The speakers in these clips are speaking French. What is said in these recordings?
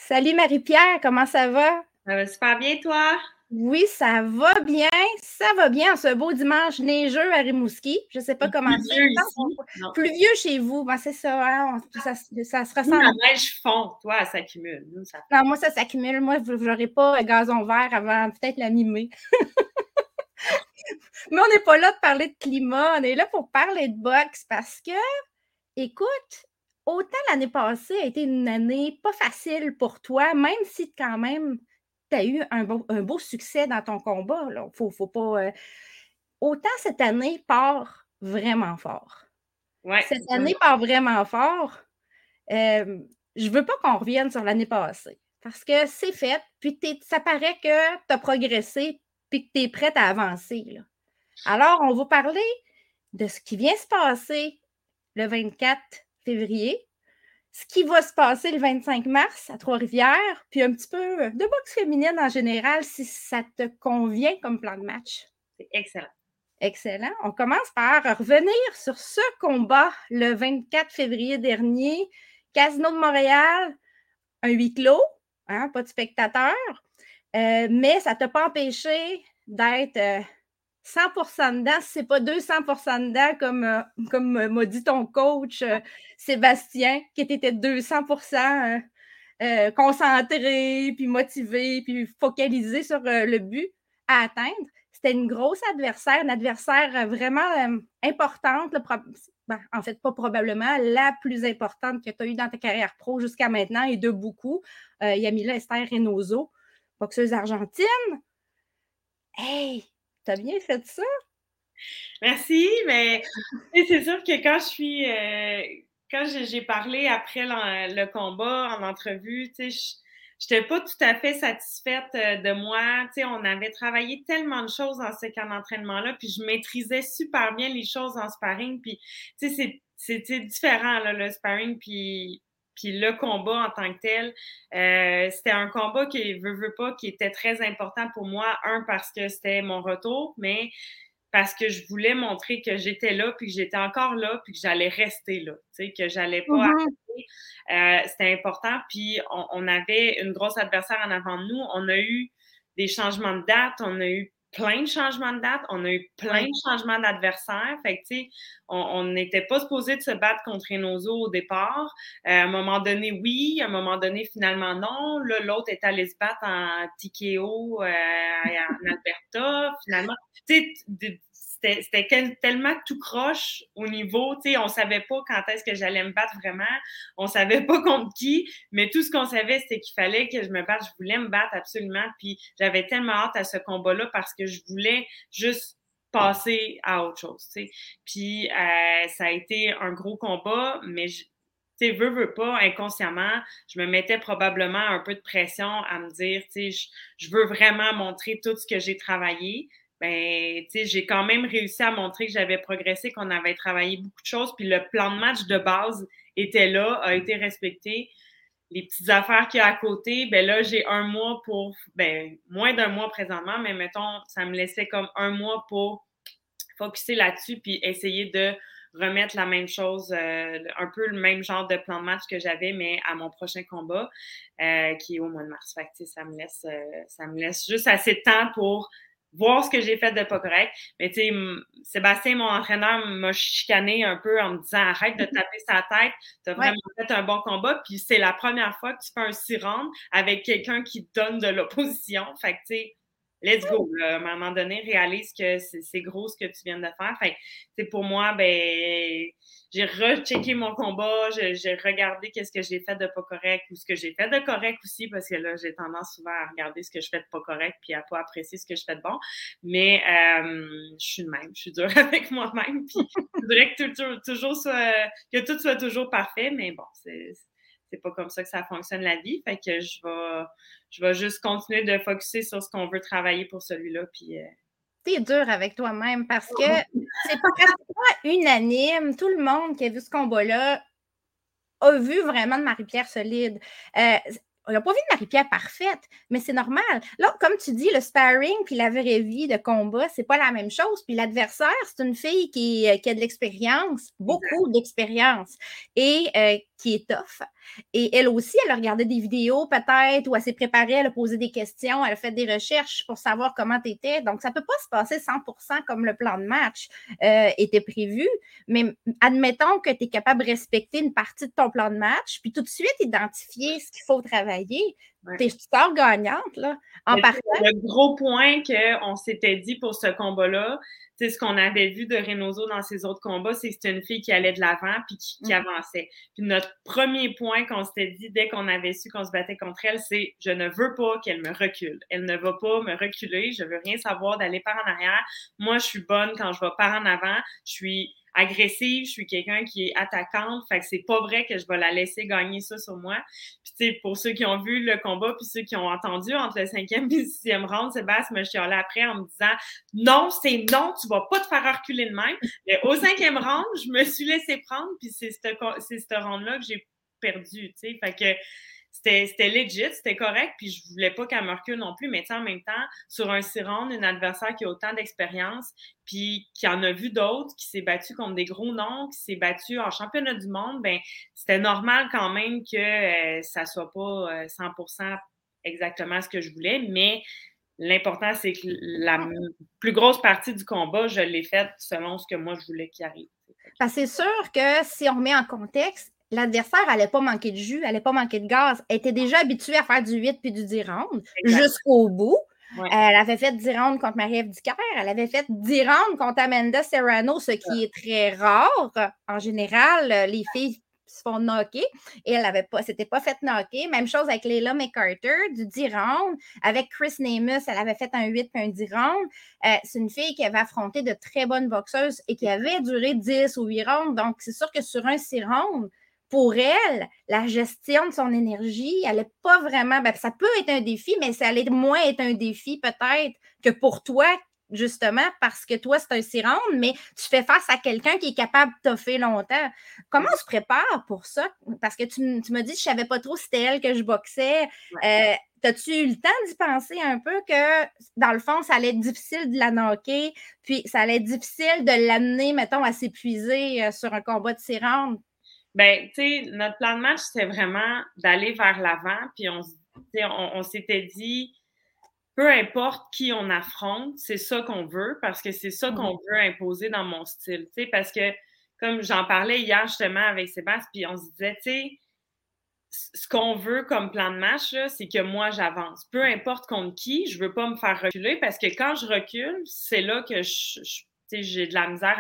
Salut Marie-Pierre, comment ça va? Ça va super bien, toi? Oui, ça va bien. Ça va bien en ce beau dimanche neigeux à Rimouski. Je ne sais pas C'est comment c'est. pluvieux ici. Non. Pluvieux chez vous, ben, c'est ça, hein, ça se Nous, la ressemble. neige fond. Toi, elle s'accumule. Nous, ça fond. Non, moi, ça s'accumule. Moi, je n'aurai pas gazon vert avant peut-être la mi-mai. Mais on n'est pas là de parler de climat, on est là pour parler de boxe parce que, écoute, autant l'année passée a été une année pas facile pour toi, même si quand même tu as eu un beau succès dans ton combat. Là. Faut pas. Autant cette année part vraiment fort. Ouais, Cette comme année part vraiment fort. Euh, je veux pas qu'on revienne sur l'année passée parce que c'est fait, puis ça paraît que tu as progressé puis que tu es prête à avancer. Là. Alors, on va parler de ce qui vient se passer le 24 février, ce qui va se passer le 25 mars à Trois-Rivières, puis un petit peu de boxe féminine en général, si ça te convient comme plan de match. c'est excellent. Excellent. On commence par revenir sur ce combat le 24 février dernier. Casino de Montréal, un huis clos, hein, pas de spectateurs, mais ça ne t'a pas empêché d'être 100% dedans, si ce n'est pas 200% dedans, comme m'a dit ton coach Sébastien, qui était 200% concentré, puis motivé, puis focalisé sur le but à atteindre. C'était une grosse adversaire, une adversaire vraiment importante. En fait, pas probablement la plus importante que tu as eue dans ta carrière pro jusqu'à maintenant et de beaucoup. Yamila Esther Reynoso, boxeuse argentine. Hey, t'as bien fait ça? Merci, mais c'est sûr que quand j'ai parlé après le combat en entrevue, je n'étais pas tout à fait satisfaite de moi. Tu sais, on avait travaillé tellement de choses dans ce camp d'entraînement-là, puis je maîtrisais super bien les choses en sparring, puis tu sais, c'était différent, là, le sparring, puis le combat en tant que tel. C'était un combat qui, veut pas, qui était très important pour moi. Un, parce que c'était mon retour, mais parce que je voulais montrer que j'étais là, puis que j'étais encore là, puis que j'allais rester là, tu sais, que j'allais pas Mhm. arrêter. C'était important, puis on avait une grosse adversaire en avant de nous. On a eu des changements de date, on a eu plein de changements de date, on a eu plein Ouais. de changements d'adversaires. Fait que, tu sais, on n'était pas supposé de se battre contre Reynoso au départ. À un moment donné, oui. À un moment donné, finalement, non. Là, l'autre est allé se battre en TKO en Alberta. Finalement, tu sais, c'était tellement tout croche au niveau, tu sais, on savait pas quand est-ce que j'allais me battre vraiment, on savait pas contre qui, mais tout ce qu'on savait, c'était qu'il fallait que je me batte, je voulais me battre absolument, puis j'avais tellement hâte à ce combat-là parce que je voulais juste passer à autre chose, tu sais. Puis ça a été un gros combat, mais tu sais, veux pas, inconsciemment, je me mettais probablement un peu de pression à me dire, tu sais, je veux vraiment montrer tout ce que j'ai travaillé. Ben, tu sais, j'ai quand même réussi à montrer que j'avais progressé, qu'on avait travaillé beaucoup de choses, puis le plan de match de base était là, a été respecté. Les petites affaires qu'il y a à côté, ben là, j'ai un mois pour, ben, moins d'un mois présentement, mais mettons, ça me laissait comme un mois pour focusser là-dessus, puis essayer de remettre la même chose, un peu le même genre de plan de match que j'avais, mais à mon prochain combat, qui est au mois de mars. Fait que, tu sais, ça me laisse juste assez de temps pour voir ce que j'ai fait de pas correct. Mais tu sais, Sébastien, mon entraîneur, m'a chicané un peu en me disant arrête de taper sa tête, t'as Ouais. vraiment fait un bon combat, puis c'est la première fois que tu fais un 6 rounds avec quelqu'un qui te donne de l'opposition. Fait que tu sais, let's go. Là. À un moment donné, réalise que c'est gros ce que tu viens de faire. Fait que, pour moi, ben, j'ai rechecké mon combat, j'ai regardé qu'est-ce que j'ai fait de pas correct ou ce que j'ai fait de correct aussi, parce que là, j'ai tendance souvent à regarder ce que je fais de pas correct puis à pas apprécier ce que je fais de bon. Mais je suis de même, je suis dure avec moi-même. Puis je voudrais que que tout soit toujours parfait, mais bon, c'est pas comme ça que ça fonctionne la vie. Fait que je vais juste continuer de focusser sur ce qu'on veut travailler pour celui-là. Puis, T'es dur avec toi-même parce que c'est pratiquement unanime. Tout le monde qui a vu ce combat-là a vu vraiment de Marie-Pierre solide. On n'a pas vu de Marie-Pierre parfaite, mais c'est normal. Là, comme tu dis, le sparring puis la vraie vie de combat, c'est pas la même chose. Puis l'adversaire, c'est une fille qui a de l'expérience, beaucoup d'expérience, et qui est tough. Et elle aussi, elle a regardé des vidéos peut-être, ou elle s'est préparée, elle a posé des questions, elle a fait des recherches pour savoir comment tu étais. Donc, ça ne peut pas se passer 100% comme le plan de match était prévu, mais admettons que tu es capable de respecter une partie de ton plan de match, puis tout de suite identifier ce qu'il faut travailler. Ouais. Tu sors gagnante, là, en partant. Le gros point qu'on s'était dit pour ce combat-là, c'est ce qu'on avait vu de Reynoso dans ses autres combats, c'est que c'était une fille qui allait de l'avant puis qui avançait. Puis notre premier point qu'on s'était dit dès qu'on avait su qu'on se battait contre elle, c'est « Je ne veux pas qu'elle me recule. Elle ne va pas me reculer. Je veux rien savoir d'aller par en arrière. Moi, je suis bonne quand je vais par en avant. Je suis agressive, je suis quelqu'un qui est attaquante, fait que c'est pas vrai que je vais la laisser gagner ça sur moi. » Puis tu sais, pour ceux qui ont vu le combat, puis ceux qui ont entendu entre le 5e et le 6e round, Sébastien me chialait après en me disant « Non, c'est non, tu vas pas te faire reculer de même. » Mais au 5e round, je me suis laissé prendre, puis c'est ce round-là que j'ai perdu, tu sais. Fait que c'était legit, c'était correct, puis je voulais pas qu'elle me recule non plus, mais tu sais, en même temps, sur un 6 rounds, une adversaire qui a autant d'expérience, puis qui en a vu d'autres, qui s'est battu contre des gros noms, qui s'est battu en championnat du monde, ben c'était normal quand même que ça soit pas 100% exactement ce que je voulais, mais l'important, c'est que la plus grosse partie du combat, je l'ai faite selon ce que moi, je voulais qu'il arrive. Parce que c'est sûr que si on remet en contexte, l'adversaire n'allait pas manquer de jus, elle n'allait pas manquer de gaz. Elle était déjà habituée à faire du 8 puis du 10 rounds jusqu'au bout. Ouais. Elle avait fait 10 rounds contre Marie-Ève Dicker. Elle avait fait 10 rounds contre Amanda Serrano, ce qui est très rare. En général, les filles se font knocker et elle avait pas, s'était pas fait knocker. Même chose avec Layla McCarter, du 10 rounds. Avec Chris Namus, elle avait fait un 8 puis un 10 rounds. C'est une fille qui avait affronté de très bonnes boxeuses et qui avait duré 10 ou 8 rounds. Donc, c'est sûr que sur un 6 rounds, pour elle, la gestion de son énergie, elle n'est pas vraiment. Ben, ça peut être un défi, mais ça allait moins être un défi peut-être que pour toi, justement, parce que toi, c'est un 6 rounds, mais tu fais face à quelqu'un qui est capable de toffer longtemps. Comment on se prépare pour ça? Parce que tu m'as dit que je ne savais pas trop si c'était elle que je boxais. As-tu eu le temps d'y penser un peu que, dans le fond, ça allait être difficile de la knocker, puis ça allait être difficile de l'amener, mettons, à s'épuiser sur un combat de 6 rounds? Ben, tu sais, notre plan de match, c'était vraiment d'aller vers l'avant, puis on s'était dit, peu importe qui on affronte, c'est ça qu'on veut, parce que c'est ça qu'on veut imposer dans mon style, tu sais, parce que, comme j'en parlais hier justement avec Sébastien, puis on se disait, tu sais, ce qu'on veut comme plan de match, là, c'est que moi, j'avance. Peu importe contre qui, je veux pas me faire reculer, parce que quand je recule, c'est là que j'ai de la misère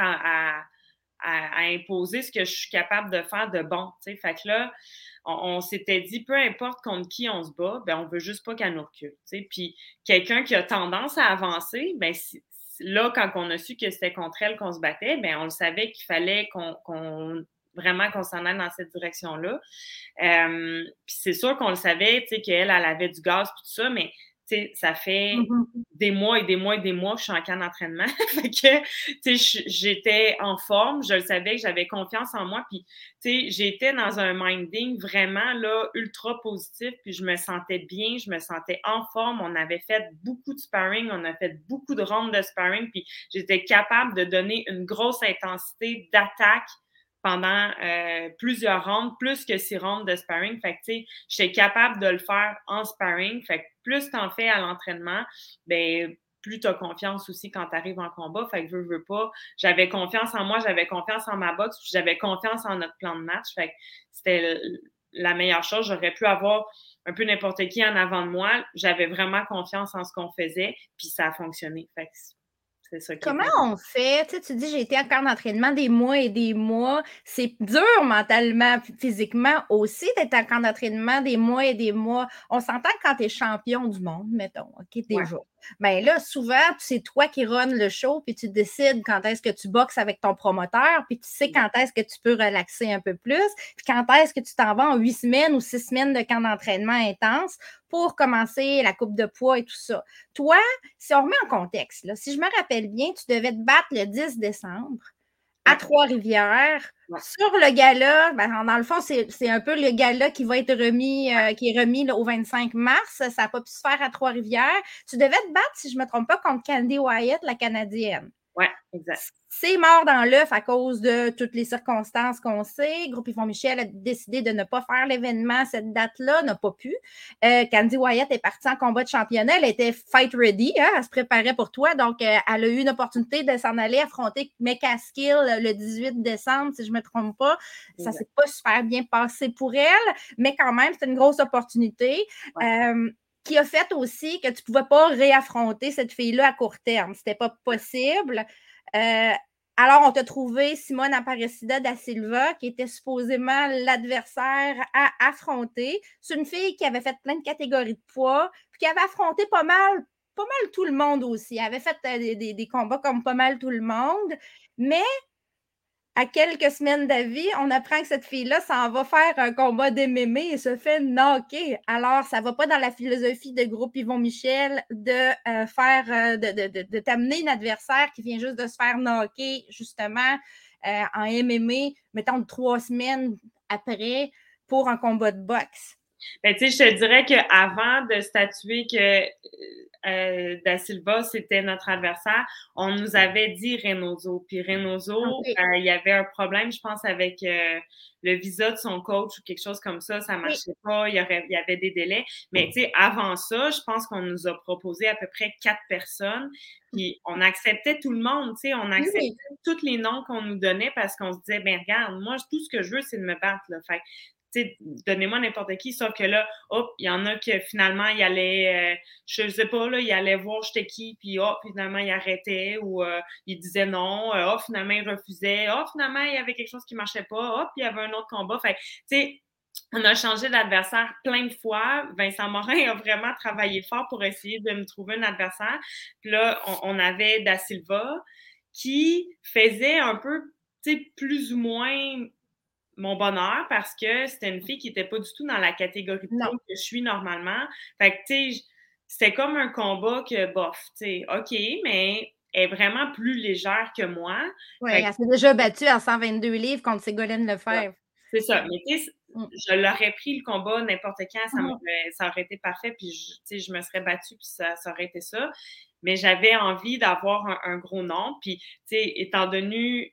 à imposer ce que je suis capable de faire de bon. T'sais. Fait que là, on s'était dit, peu importe contre qui on se bat, ben on veut juste pas qu'elle nous recule. T'sais. Puis quelqu'un qui a tendance à avancer, ben là, quand on a su que c'était contre elle qu'on se battait, ben on le savait qu'il fallait vraiment qu'on s'en aille dans cette direction-là. Puis c'est sûr qu'on le savait, tu sais, qu'elle, elle avait du gaz et tout ça, mais tu sais, ça fait des mois et des mois et des mois que je suis en camp d'entraînement. Fait que, tu sais, j'étais en forme, je le savais que j'avais confiance en moi, puis, tu sais, j'étais dans un minding vraiment, là, ultra positif, puis je me sentais bien, je me sentais en forme. On avait fait beaucoup de sparring, on a fait beaucoup de rondes de sparring, puis j'étais capable de donner une grosse intensité d'attaque pendant plusieurs rounds, plus que 6 rounds de sparring. Fait que, tu sais, j'étais capable de le faire en sparring. Fait que plus t'en fais à l'entraînement, ben plus t'as confiance aussi quand t'arrives en combat. Fait que veux pas. J'avais confiance en moi, j'avais confiance en ma boxe, puis j'avais confiance en notre plan de match. Fait que c'était la meilleure chose. J'aurais pu avoir un peu n'importe qui en avant de moi. J'avais vraiment confiance en ce qu'on faisait, puis ça a fonctionné. Fait que c'est ça qui Comment on fait? Tu sais, tu dis, j'ai été en camp d'entraînement des mois et des mois. C'est dur mentalement, physiquement aussi d'être en camp d'entraînement des mois et des mois. On s'entend que quand tu es champion du monde, mettons, OK, déjà. Bien là, souvent, c'est toi qui run le show, puis tu décides quand est-ce que tu boxes avec ton promoteur, puis tu sais quand est-ce que tu peux relaxer un peu plus, puis quand est-ce que tu t'en vas en 8 semaines ou 6 semaines de camp d'entraînement intense pour commencer la coupe de poids et tout ça. Toi, si on remet en contexte, là, si je me rappelle bien, tu devais te battre le 10 décembre à Trois-Rivières. Sur le gala, ben, dans le fond, c'est un peu le gala qui va être remis, qui est remis là, au 25 mars. Ça n'a pas pu se faire à Trois-Rivières. Tu devais te battre, si je ne me trompe pas, contre Candy Wyatt, la Canadienne. Ouais, exact. C'est mort dans l'œuf à cause de toutes les circonstances qu'on sait. Groupe Yvon Michel a décidé de ne pas faire l'événement cette date-là, n'a pas pu. Candy Wyatt est partie en combat de championnat. Elle était fight ready, hein, elle se préparait pour toi. Donc, elle a eu une opportunité de s'en aller affronter McCaskill le 18 décembre, si je ne me trompe pas. Ça ne s'est pas super bien passé pour elle, mais quand même, c'était une grosse opportunité. Ouais. Qui a fait aussi que tu ne pouvais pas réaffronter cette fille-là à court terme. Ce n'était pas possible. Alors, on t'a trouvé Simone Aparecida da Silva, qui était supposément l'adversaire à affronter. C'est une fille qui avait fait plein de catégories de poids, puis qui avait affronté pas mal tout le monde aussi. Elle avait fait des combats comme pas mal tout le monde. Mais à quelques semaines d'avis, on apprend que cette fille-là s'en va faire un combat d'MMA et se fait knocker. Alors, ça ne va pas dans la philosophie de groupe Yvon Michel de t'amener une adversaire qui vient juste de se faire knocker, justement, en MMA, mettons 3 semaines après, pour un combat de boxe. Ben, tu sais, je te dirais qu'avant de statuer que Da Silva, c'était notre adversaire, on nous avait dit Reynoso. Puis Reynoso, il y avait un problème, je pense, avec le visa de son coach ou quelque chose comme ça. Ça marchait pas, il y avait des délais. Mais tu sais, avant ça, je pense qu'on nous a proposé à peu près 4 personnes. Puis on acceptait tout le monde, tu sais, on acceptait tous les noms qu'on nous donnait parce qu'on se disait, ben regarde, moi, tout ce que je veux, c'est de me battre, là. Fait donnez-moi n'importe qui, sauf que là, hop, il y en a que finalement, il allait, je sais pas, là, il allait voir j'étais qui, puis hop, finalement, il arrêtait ou il disait non, hop, finalement, il refusait, hop, finalement, il y avait quelque chose qui marchait pas, hop, il y avait un autre combat. Fait tu sais, on a changé d'adversaire plein de fois. Vincent Morin a vraiment travaillé fort pour essayer de me trouver un adversaire. Puis là, on avait Da Silva qui faisait un peu, tu sais, plus ou moins mon bonheur parce que c'était une fille qui n'était pas du tout dans la catégorie de poids que je suis normalement. Fait que, tu sais, c'était comme un combat que, bof, tu sais, OK, mais elle est vraiment plus légère que moi. Oui, elle s'est déjà battue à 122 livres contre Ségolène Lefebvre. C'est ça. Mais tu sais, je l'aurais pris le combat n'importe quand, ça aurait été parfait, puis tu sais, je me serais battue, puis ça aurait été ça. Mais j'avais envie d'avoir un gros nom, puis tu sais, étant donné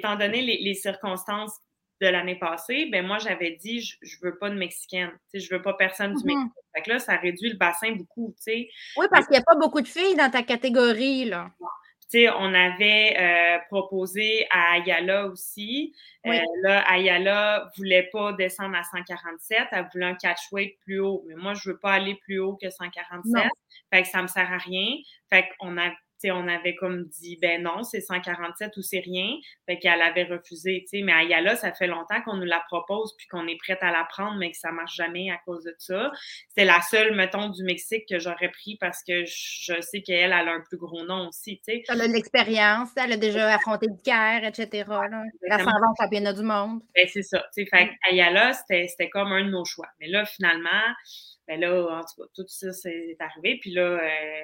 les circonstances de l'année passée, ben moi, j'avais dit, je veux pas de Mexicaine. Tu sais, je veux pas personne du Mexique. Fait que là, ça réduit le bassin beaucoup, tu sais. Oui, parce qu'il n'y a pas beaucoup de filles dans ta catégorie, là. Tu sais, on avait proposé à Ayala aussi. Là, Ayala voulait pas descendre à 147. Elle voulait un catchweight plus haut. Mais moi, je veux pas aller plus haut que 147. Non. Fait que ça me sert à rien. Fait qu'on on avait comme dit, ben non, c'est 147 ou c'est rien. Fait qu'elle avait refusé, tu sais. Mais Ayala, ça fait longtemps qu'on nous la propose puis qu'on est prête à la prendre, mais que ça marche jamais à cause de ça. C'est la seule, mettons, du Mexique que j'aurais pris parce que je sais qu'elle a un plus gros nom aussi, tu sais. Elle a de l'expérience, elle a déjà affronté le Caire, etc. Là. Elle s'en va au championnat du monde. Ben, c'est ça, tu sais. Fait qu'Ayala, c'était comme un de nos choix. Mais là, finalement, ben là, en tout cas, tout ça, c'est arrivé. Puis là,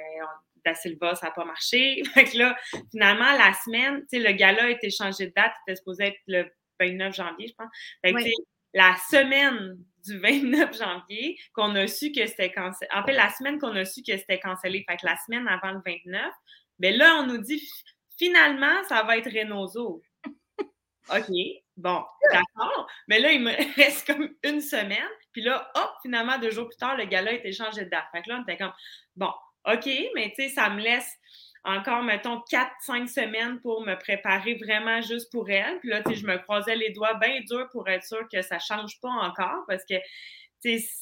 Da Silva, ça n'a pas marché. Fait que là, finalement, la semaine, tu sais, le gala a été changé de date. Il était supposé être le 29 janvier, je pense. Fait que, tu sais, la semaine du 29 janvier qu'on a su que c'était cancellé. En fait, la semaine qu'on a su que c'était cancellé. Fait que la semaine avant le 29, ben là, on nous dit, finalement, ça va être Reynoso. OK, bon, d'accord. Mais là, il me reste comme une semaine. Puis là, hop, finalement, 2 jours plus tard, le gala a été changé de date. Fait que là, on était comme, bon, OK, mais tu sais, ça me laisse encore, mettons, 4-5 semaines pour me préparer vraiment juste pour elle. Puis là, tu sais, je me croisais les doigts bien dur pour être sûre que ça ne change pas encore parce que, tu sais,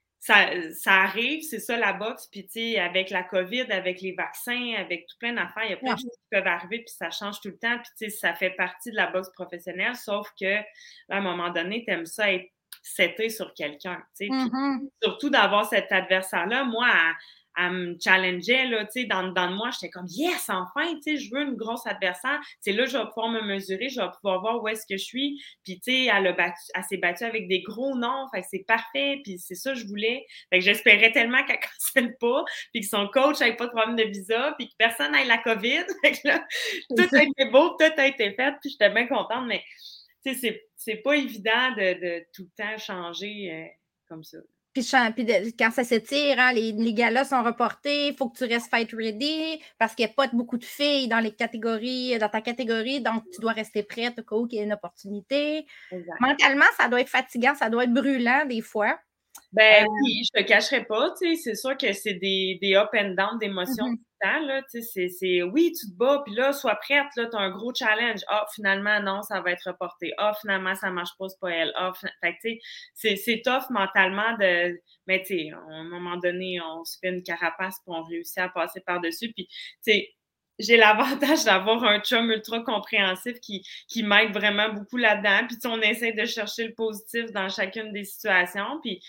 ça arrive, c'est ça la boxe. Puis, tu sais, avec la COVID, avec les vaccins, avec tout plein d'affaires, il y a plein de choses qui peuvent arriver, puis ça change tout le temps. Puis, tu sais, ça fait partie de la boxe professionnelle, sauf que, là, à un moment donné, tu aimes ça être seté sur quelqu'un, tu sais. Puis, surtout d'avoir cet adversaire-là, moi, elle me challengeait, là, tu sais, dans moi, j'étais comme, yes, enfin, tu sais, je veux une grosse adversaire. Tu sais, là, je vais pouvoir me mesurer, je vais pouvoir voir où est-ce que je suis. Puis, tu sais, elle s'est battue avec des gros noms, fait que c'est parfait, puis c'est ça que je voulais. Fait que j'espérais tellement qu'elle cancelle pas, puis que son coach n'avait pas de problème de visa, puis que personne n'ait la COVID. Fait que là, tout a été beau, tout a été fait, puis j'étais bien contente, mais, tu sais, c'est pas évident de tout le temps changer comme ça. Puis quand ça s'étire, hein, les galas sont reportés, il faut que tu restes fight ready parce qu'il n'y a pas beaucoup de filles dans ta catégorie, donc tu dois rester prête au cas où il y a une opportunité. Exact. Mentalement, ça doit être fatigant, ça doit être brûlant des fois. Ben oui, je te cacherai pas, tu sais, c'est sûr que c'est des up and down d'émotions tout le temps, là, tu sais, oui, tu te bats, puis là, sois prête, là, t'as un gros challenge. Ah, finalement, non, ça va être reporté. Ah, finalement, ça marche pas, c'est pas elle. Ah, fait que, tu sais, c'est tough mentalement mais tu sais, à un moment donné, on se fait une carapace, puis on réussit à passer par-dessus, puis, tu sais, j'ai l'avantage d'avoir un chum ultra compréhensif qui m'aide vraiment beaucoup là-dedans, puis, tu sais, on essaie de chercher le positif dans chacune des situations, puis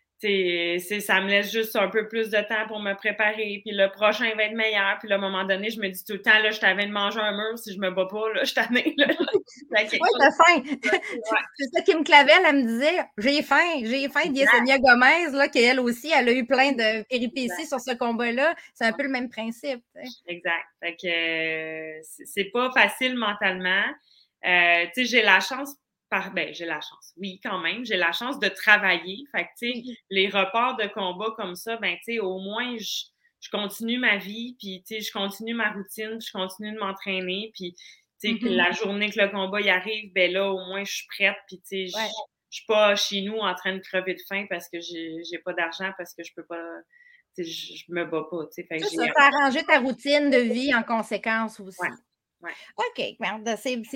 ça me laisse juste un peu plus de temps pour me préparer, puis le prochain va être meilleur, puis là, à un moment donné, je me dis tout le temps, là, je t'avais de manger un mur, si je me bats pas, là, je tannée, là. Oui, t'as faim. C'est ça, Kim Clavel, elle me disait, j'ai faim, Yesenia Gomez, là, qui elle aussi, elle a eu plein de péripéties sur ce combat-là. C'est un peu le même principe. T'sais. Exact. Fait que c'est pas facile mentalement. Tu sais, j'ai la chance j'ai la chance. Oui, quand même. J'ai la chance de travailler. Fait que, tu sais, les reports de combat comme ça, ben, tu sais, au moins, je continue ma vie, puis, tu sais, je continue ma routine, puis je continue de m'entraîner, puis, tu sais, que la journée que le combat y arrive, ben là, au moins, je suis prête, puis, tu sais, je suis pas chez nous en train de crever de faim parce que j'ai pas d'argent, parce que je peux pas, tu sais, je me bats pas, tu sais. Fait que C'est ça, t'as arrangé ta routine de vie en conséquence aussi. Ouais. OK, merde,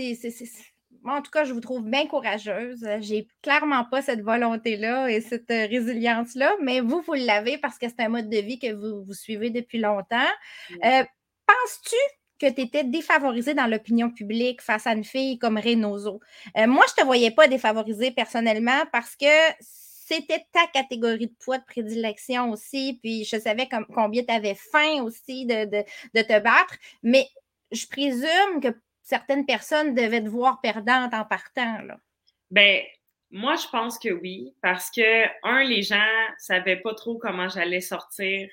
moi, en tout cas, je vous trouve bien courageuse. J'ai clairement pas cette volonté-là et cette résilience-là, mais vous l'avez parce que c'est un mode de vie que vous suivez depuis longtemps. Penses-tu que tu étais défavorisée dans l'opinion publique face à une fille comme Reynoso? Moi, je te voyais pas défavorisée personnellement parce que c'était ta catégorie de poids de prédilection aussi, puis je savais combien tu avais faim aussi de te battre, mais je présume que certaines personnes devaient te voir perdante en partant, là. Ben, moi, je pense que oui, parce que, les gens savaient pas trop comment j'allais sortir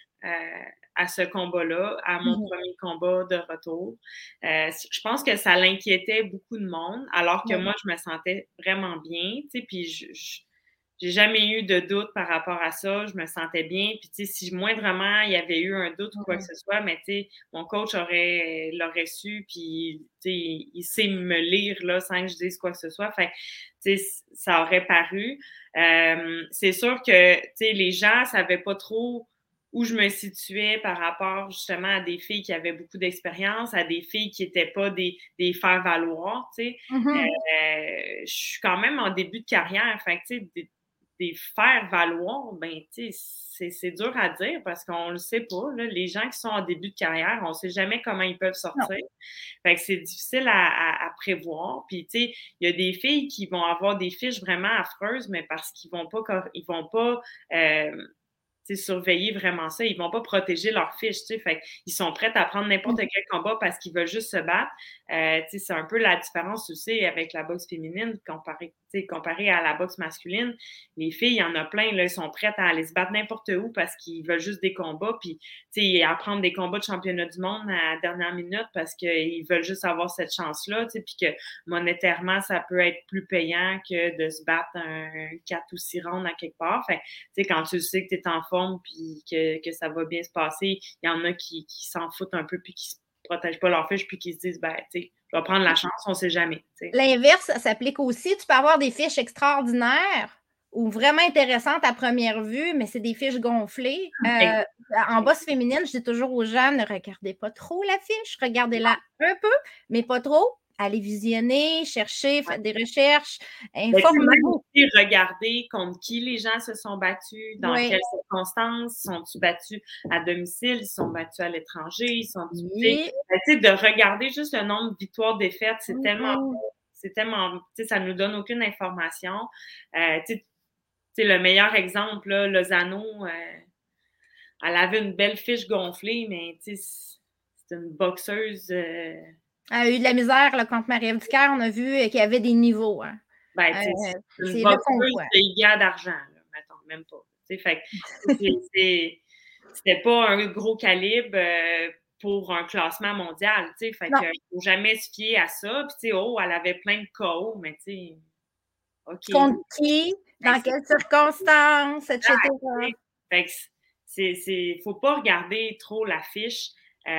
à ce combat-là, à mon premier combat de retour. Je pense que ça l'inquiétait beaucoup de monde, alors que moi, je me sentais vraiment bien, tu sais, puis j'ai jamais eu de doute par rapport à ça. Je me sentais bien. Puis, tu sais, si moindrement il y avait eu un doute ou quoi que ce soit, mais tu sais, mon coach l'aurait su, puis, tu sais, il sait me lire, là, sans que je dise quoi que ce soit. Fait tu sais, ça aurait paru. C'est sûr que, tu sais, les gens savaient pas trop où je me situais par rapport, justement, à des filles qui avaient beaucoup d'expérience, à des filles qui étaient pas des faire-valoir, tu sais. Je suis quand même en début de carrière. Fait tu sais, des faire valoir, ben, tu sais, c'est dur à dire parce qu'on le sait pas, là. Les gens qui sont en début de carrière, on sait jamais comment ils peuvent sortir. Fait que c'est difficile à prévoir. Puis, tu sais, il y a des filles qui vont avoir des fiches vraiment affreuses, mais parce qu'ils vont pas surveiller vraiment ça. Ils vont pas protéger leurs fiches, tu sais. Fait ils sont prêts à prendre n'importe quel combat parce qu'ils veulent juste se battre. Tu sais, c'est un peu la différence aussi avec la boxe féminine comparé à la boxe masculine. Les filles, il y en a plein, là, ils sont prêtes à aller se battre n'importe où parce qu'ils veulent juste des combats. Puis, tu sais, à prendre des combats de championnat du monde à la dernière minute parce qu'ils veulent juste avoir cette chance-là, tu sais, puis que monétairement, ça peut être plus payant que de se battre un 4 ou 6 rounds à quelque part. Fait tu sais, quand tu sais que tu es en forme puis que ça va bien se passer, il y en a qui s'en foutent un peu puis qui se protègent pas leur fiche puis qui se disent, ben, tu sais, je vais prendre la chance, on sait jamais. T'sais. L'inverse, ça s'applique aussi. Tu peux avoir des fiches extraordinaires ou vraiment intéressantes à première vue, mais c'est des fiches gonflées. En bosse féminine, je dis toujours aux gens, ne regardez pas trop la fiche, regardez-la un peu, mais pas trop. Allez visionner, chercher, faites des recherches, informez-vous. Regarder contre qui les gens se sont battus, dans quelles circonstances, sont-ils battus à domicile, ils sont battus à l'étranger, ils sont de regarder juste le nombre de victoires-défaites, c'est tellement, ça nous donne aucune information. Le meilleur exemple, là, Lozano, elle avait une belle fiche gonflée, mais c'est une boxeuse. Elle a eu de la misère là, contre Marie-Ève Dicker. On a vu qu'il y avait des niveaux. Hein. C'est une boxeuse de gars d'argent, là, mettons, même pas. Fait c'était pas un gros calibre pour un classement mondial. Fait qu'il faut jamais se fier à ça. Puis, elle avait plein de KO, mais OK. Contre qui, dans quelles circonstances, etc. Fait que faut pas regarder trop l'affiche.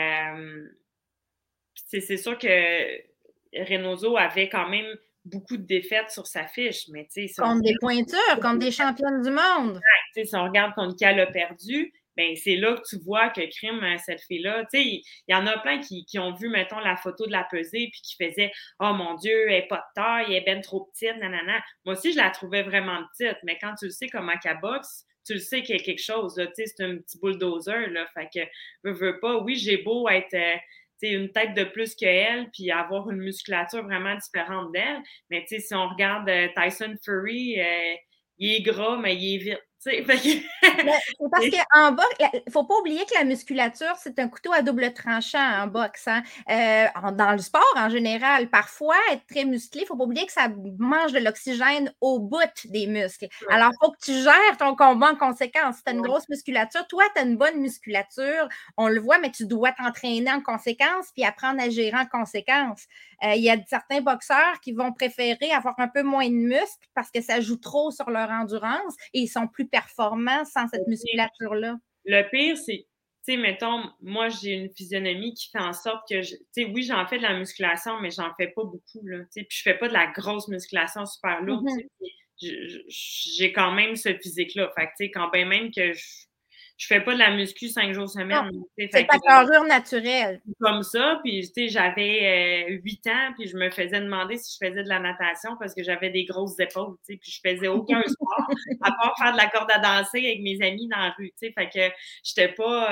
C'est sûr que Reynoso avait quand même beaucoup de défaites sur sa fiche, mais tu sais, Contre des pointures, contre des championnes du monde. Si on regarde contre qui elle a perdu, ben c'est là que tu vois que crime, cette fille-là, tu sais, il y en a plein qui ont vu, mettons, la photo de la pesée puis qui faisaient « Oh mon Dieu, elle n'est pas de taille, elle est ben trop petite, nanana. » Moi aussi, je la trouvais vraiment petite, mais quand tu le sais comment qu'elle boxe, tu le sais qu'il y a quelque chose, tu sais, c'est un petit bulldozer, là, fait que, veux pas, oui, j'ai beau être... une tête de plus qu'elle, puis avoir une musculature vraiment différente d'elle. Mais si on regarde Tyson Fury, il est gras, mais il est vite. C'est parce qu'en boxe, il ne faut pas oublier que la musculature, c'est un couteau à double tranchant en boxe. Hein? Dans le sport en général, parfois, être très musclé, il ne faut pas oublier que ça mange de l'oxygène au bout des muscles. Ouais. Alors, il faut que tu gères ton combat en conséquence. Si tu as une grosse musculature, toi, tu as une bonne musculature, on le voit, mais tu dois t'entraîner en conséquence puis apprendre à gérer en conséquence. Il y a certains boxeurs qui vont préférer avoir un peu moins de muscles parce que ça joue trop sur leur endurance et ils sont plus performants sans cette musculature-là. Le pire, c'est, tu sais, mettons, moi, j'ai une physionomie qui fait en sorte que, tu sais, oui, j'en fais de la musculation, mais j'en fais pas beaucoup, là, tu sais, puis je fais pas de la grosse musculation super lourde, tu sais, j'ai quand même ce physique-là. Fait que, tu sais, quand bien même que je fais pas de la muscu 5 jours semaine. C'est ta carrure naturelle. Comme ça, puis tu sais, j'avais 8 ans, puis je me faisais demander si je faisais de la natation parce que j'avais des grosses épaules, tu sais, puis je faisais aucun sport à part faire de la corde à danser avec mes amis dans la rue, tu sais, fait que j'étais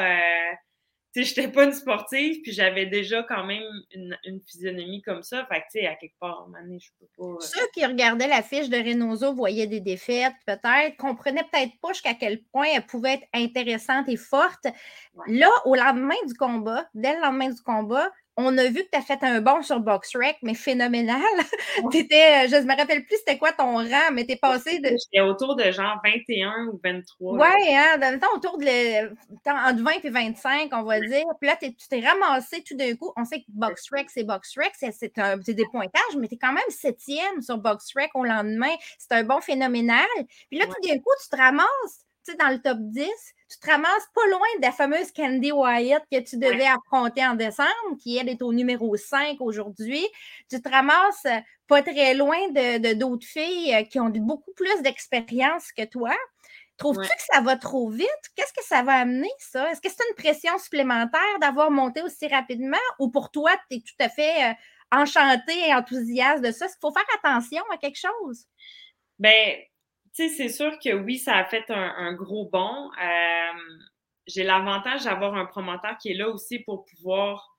pas une sportive, puis j'avais déjà quand même une physionomie comme ça. Fait que, tu sais, à quelque part, je peux pas... Ceux qui regardaient la fiche de Reynoso voyaient des défaites, peut-être, comprenaient peut-être pas jusqu'à quel point elle pouvait être intéressante et forte. Ouais. Là, au lendemain du combat, dès le lendemain du combat, on a vu que tu as fait un bond sur BoxRec, mais phénoménal. Ouais. Je ne me rappelle plus c'était quoi ton rang, mais tu es passé de... J'étais autour de genre 21 ou 23. Oui, hein, dans le temps, autour de entre 20 et 25, on va dire. Puis là, tu t'es ramassé tout d'un coup. On sait que BoxRec, c'est des pointages, mais tu es quand même 7e sur BoxRec au lendemain. C'est un bon phénoménal. Puis là, tout d'un coup, tu te ramasses dans le top 10, tu te ramasses pas loin de la fameuse Candy Wyatt que tu devais affronter en décembre, qui, elle, est au numéro 5 aujourd'hui. Tu te ramasses pas très loin d'autres filles qui ont beaucoup plus d'expérience que toi. Trouves-tu que ça va trop vite? Qu'est-ce que ça va amener, ça? Est-ce que c'est une pression supplémentaire d'avoir monté aussi rapidement ou pour toi, tu es tout à fait enchanté et enthousiaste de ça? Est-ce qu'il faut faire attention à quelque chose? Ben, tu sais, c'est sûr que oui, ça a fait un gros bond. J'ai l'avantage d'avoir un promoteur qui est là aussi pour pouvoir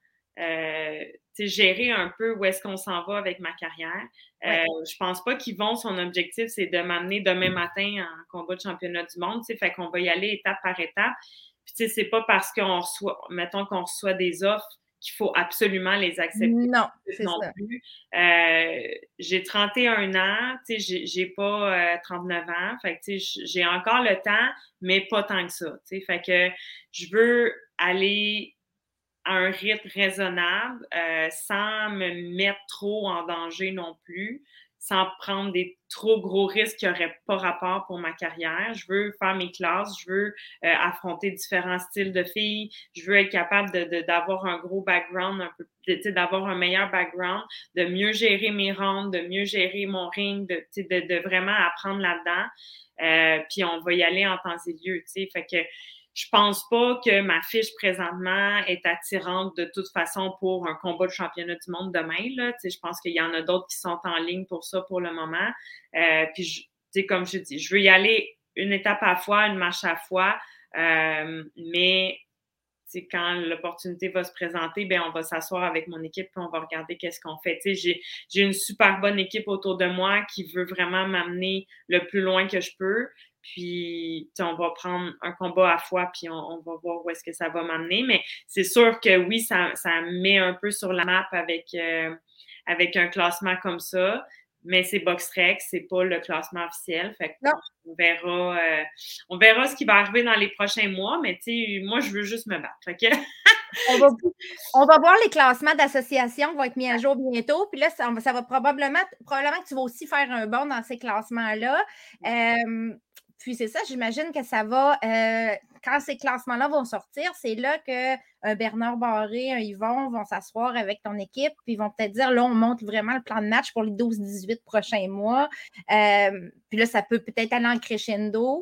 gérer un peu où est-ce qu'on s'en va avec ma carrière. Je pense pas qu'Yvon, son objectif, c'est de m'amener demain matin en combat de championnat du monde. Fait qu'on va y aller étape par étape. Puis, tu sais, c'est pas parce qu'on reçoit, mettons qu'on reçoit des offres qu'il faut absolument les accepter. Non, c'est ça. Plus. J'ai 31 ans, tu sais, j'ai pas 39 ans. Fait que, tu sais, j'ai encore le temps, mais pas tant que ça. Tu sais, fait que je veux aller à un rythme raisonnable, sans me mettre trop en danger non plus, sans prendre des trop gros risques qui n'auraient pas rapport pour ma carrière. Je veux faire mes classes, je veux affronter différents styles de filles, je veux être capable d'avoir un gros background, un peu, d'avoir un meilleur background, de mieux gérer mes rounds, de mieux gérer mon ring, de vraiment apprendre là-dedans. Puis on va y aller en temps et lieu, tu sais. Fait que je pense pas que ma fiche présentement est attirante de toute façon pour un combat de championnat du monde demain. Là. Je pense qu'il y en a d'autres qui sont en ligne pour ça pour le moment. Puis, comme je dis, je veux y aller une étape à la fois, une marche à la fois. Mais quand l'opportunité va se présenter, ben on va s'asseoir avec mon équipe et on va regarder qu'est-ce qu'on fait. J'ai une super bonne équipe autour de moi qui veut vraiment m'amener le plus loin que je peux. Puis, on va prendre un combat à la fois, puis on va voir où est-ce que ça va m'amener. Mais c'est sûr que oui, ça met un peu sur la map avec un classement comme ça. Mais c'est BoxRec, c'est pas le classement officiel. Fait que on verra ce qui va arriver dans les prochains mois. Mais tu sais, moi, je veux juste me battre. Fait que On va, on va voir les classements d'associations qui vont être mis à jour bientôt. Puis là, ça va probablement que tu vas aussi faire un bond dans ces classements-là. Puis c'est ça, j'imagine que ça va, quand ces classements-là vont sortir, c'est là que Bernard Barré, un Yvon vont s'asseoir avec ton équipe, puis ils vont peut-être dire, là, on monte vraiment le plan de match pour les 12-18 prochains mois. Puis là, ça peut peut-être aller en crescendo.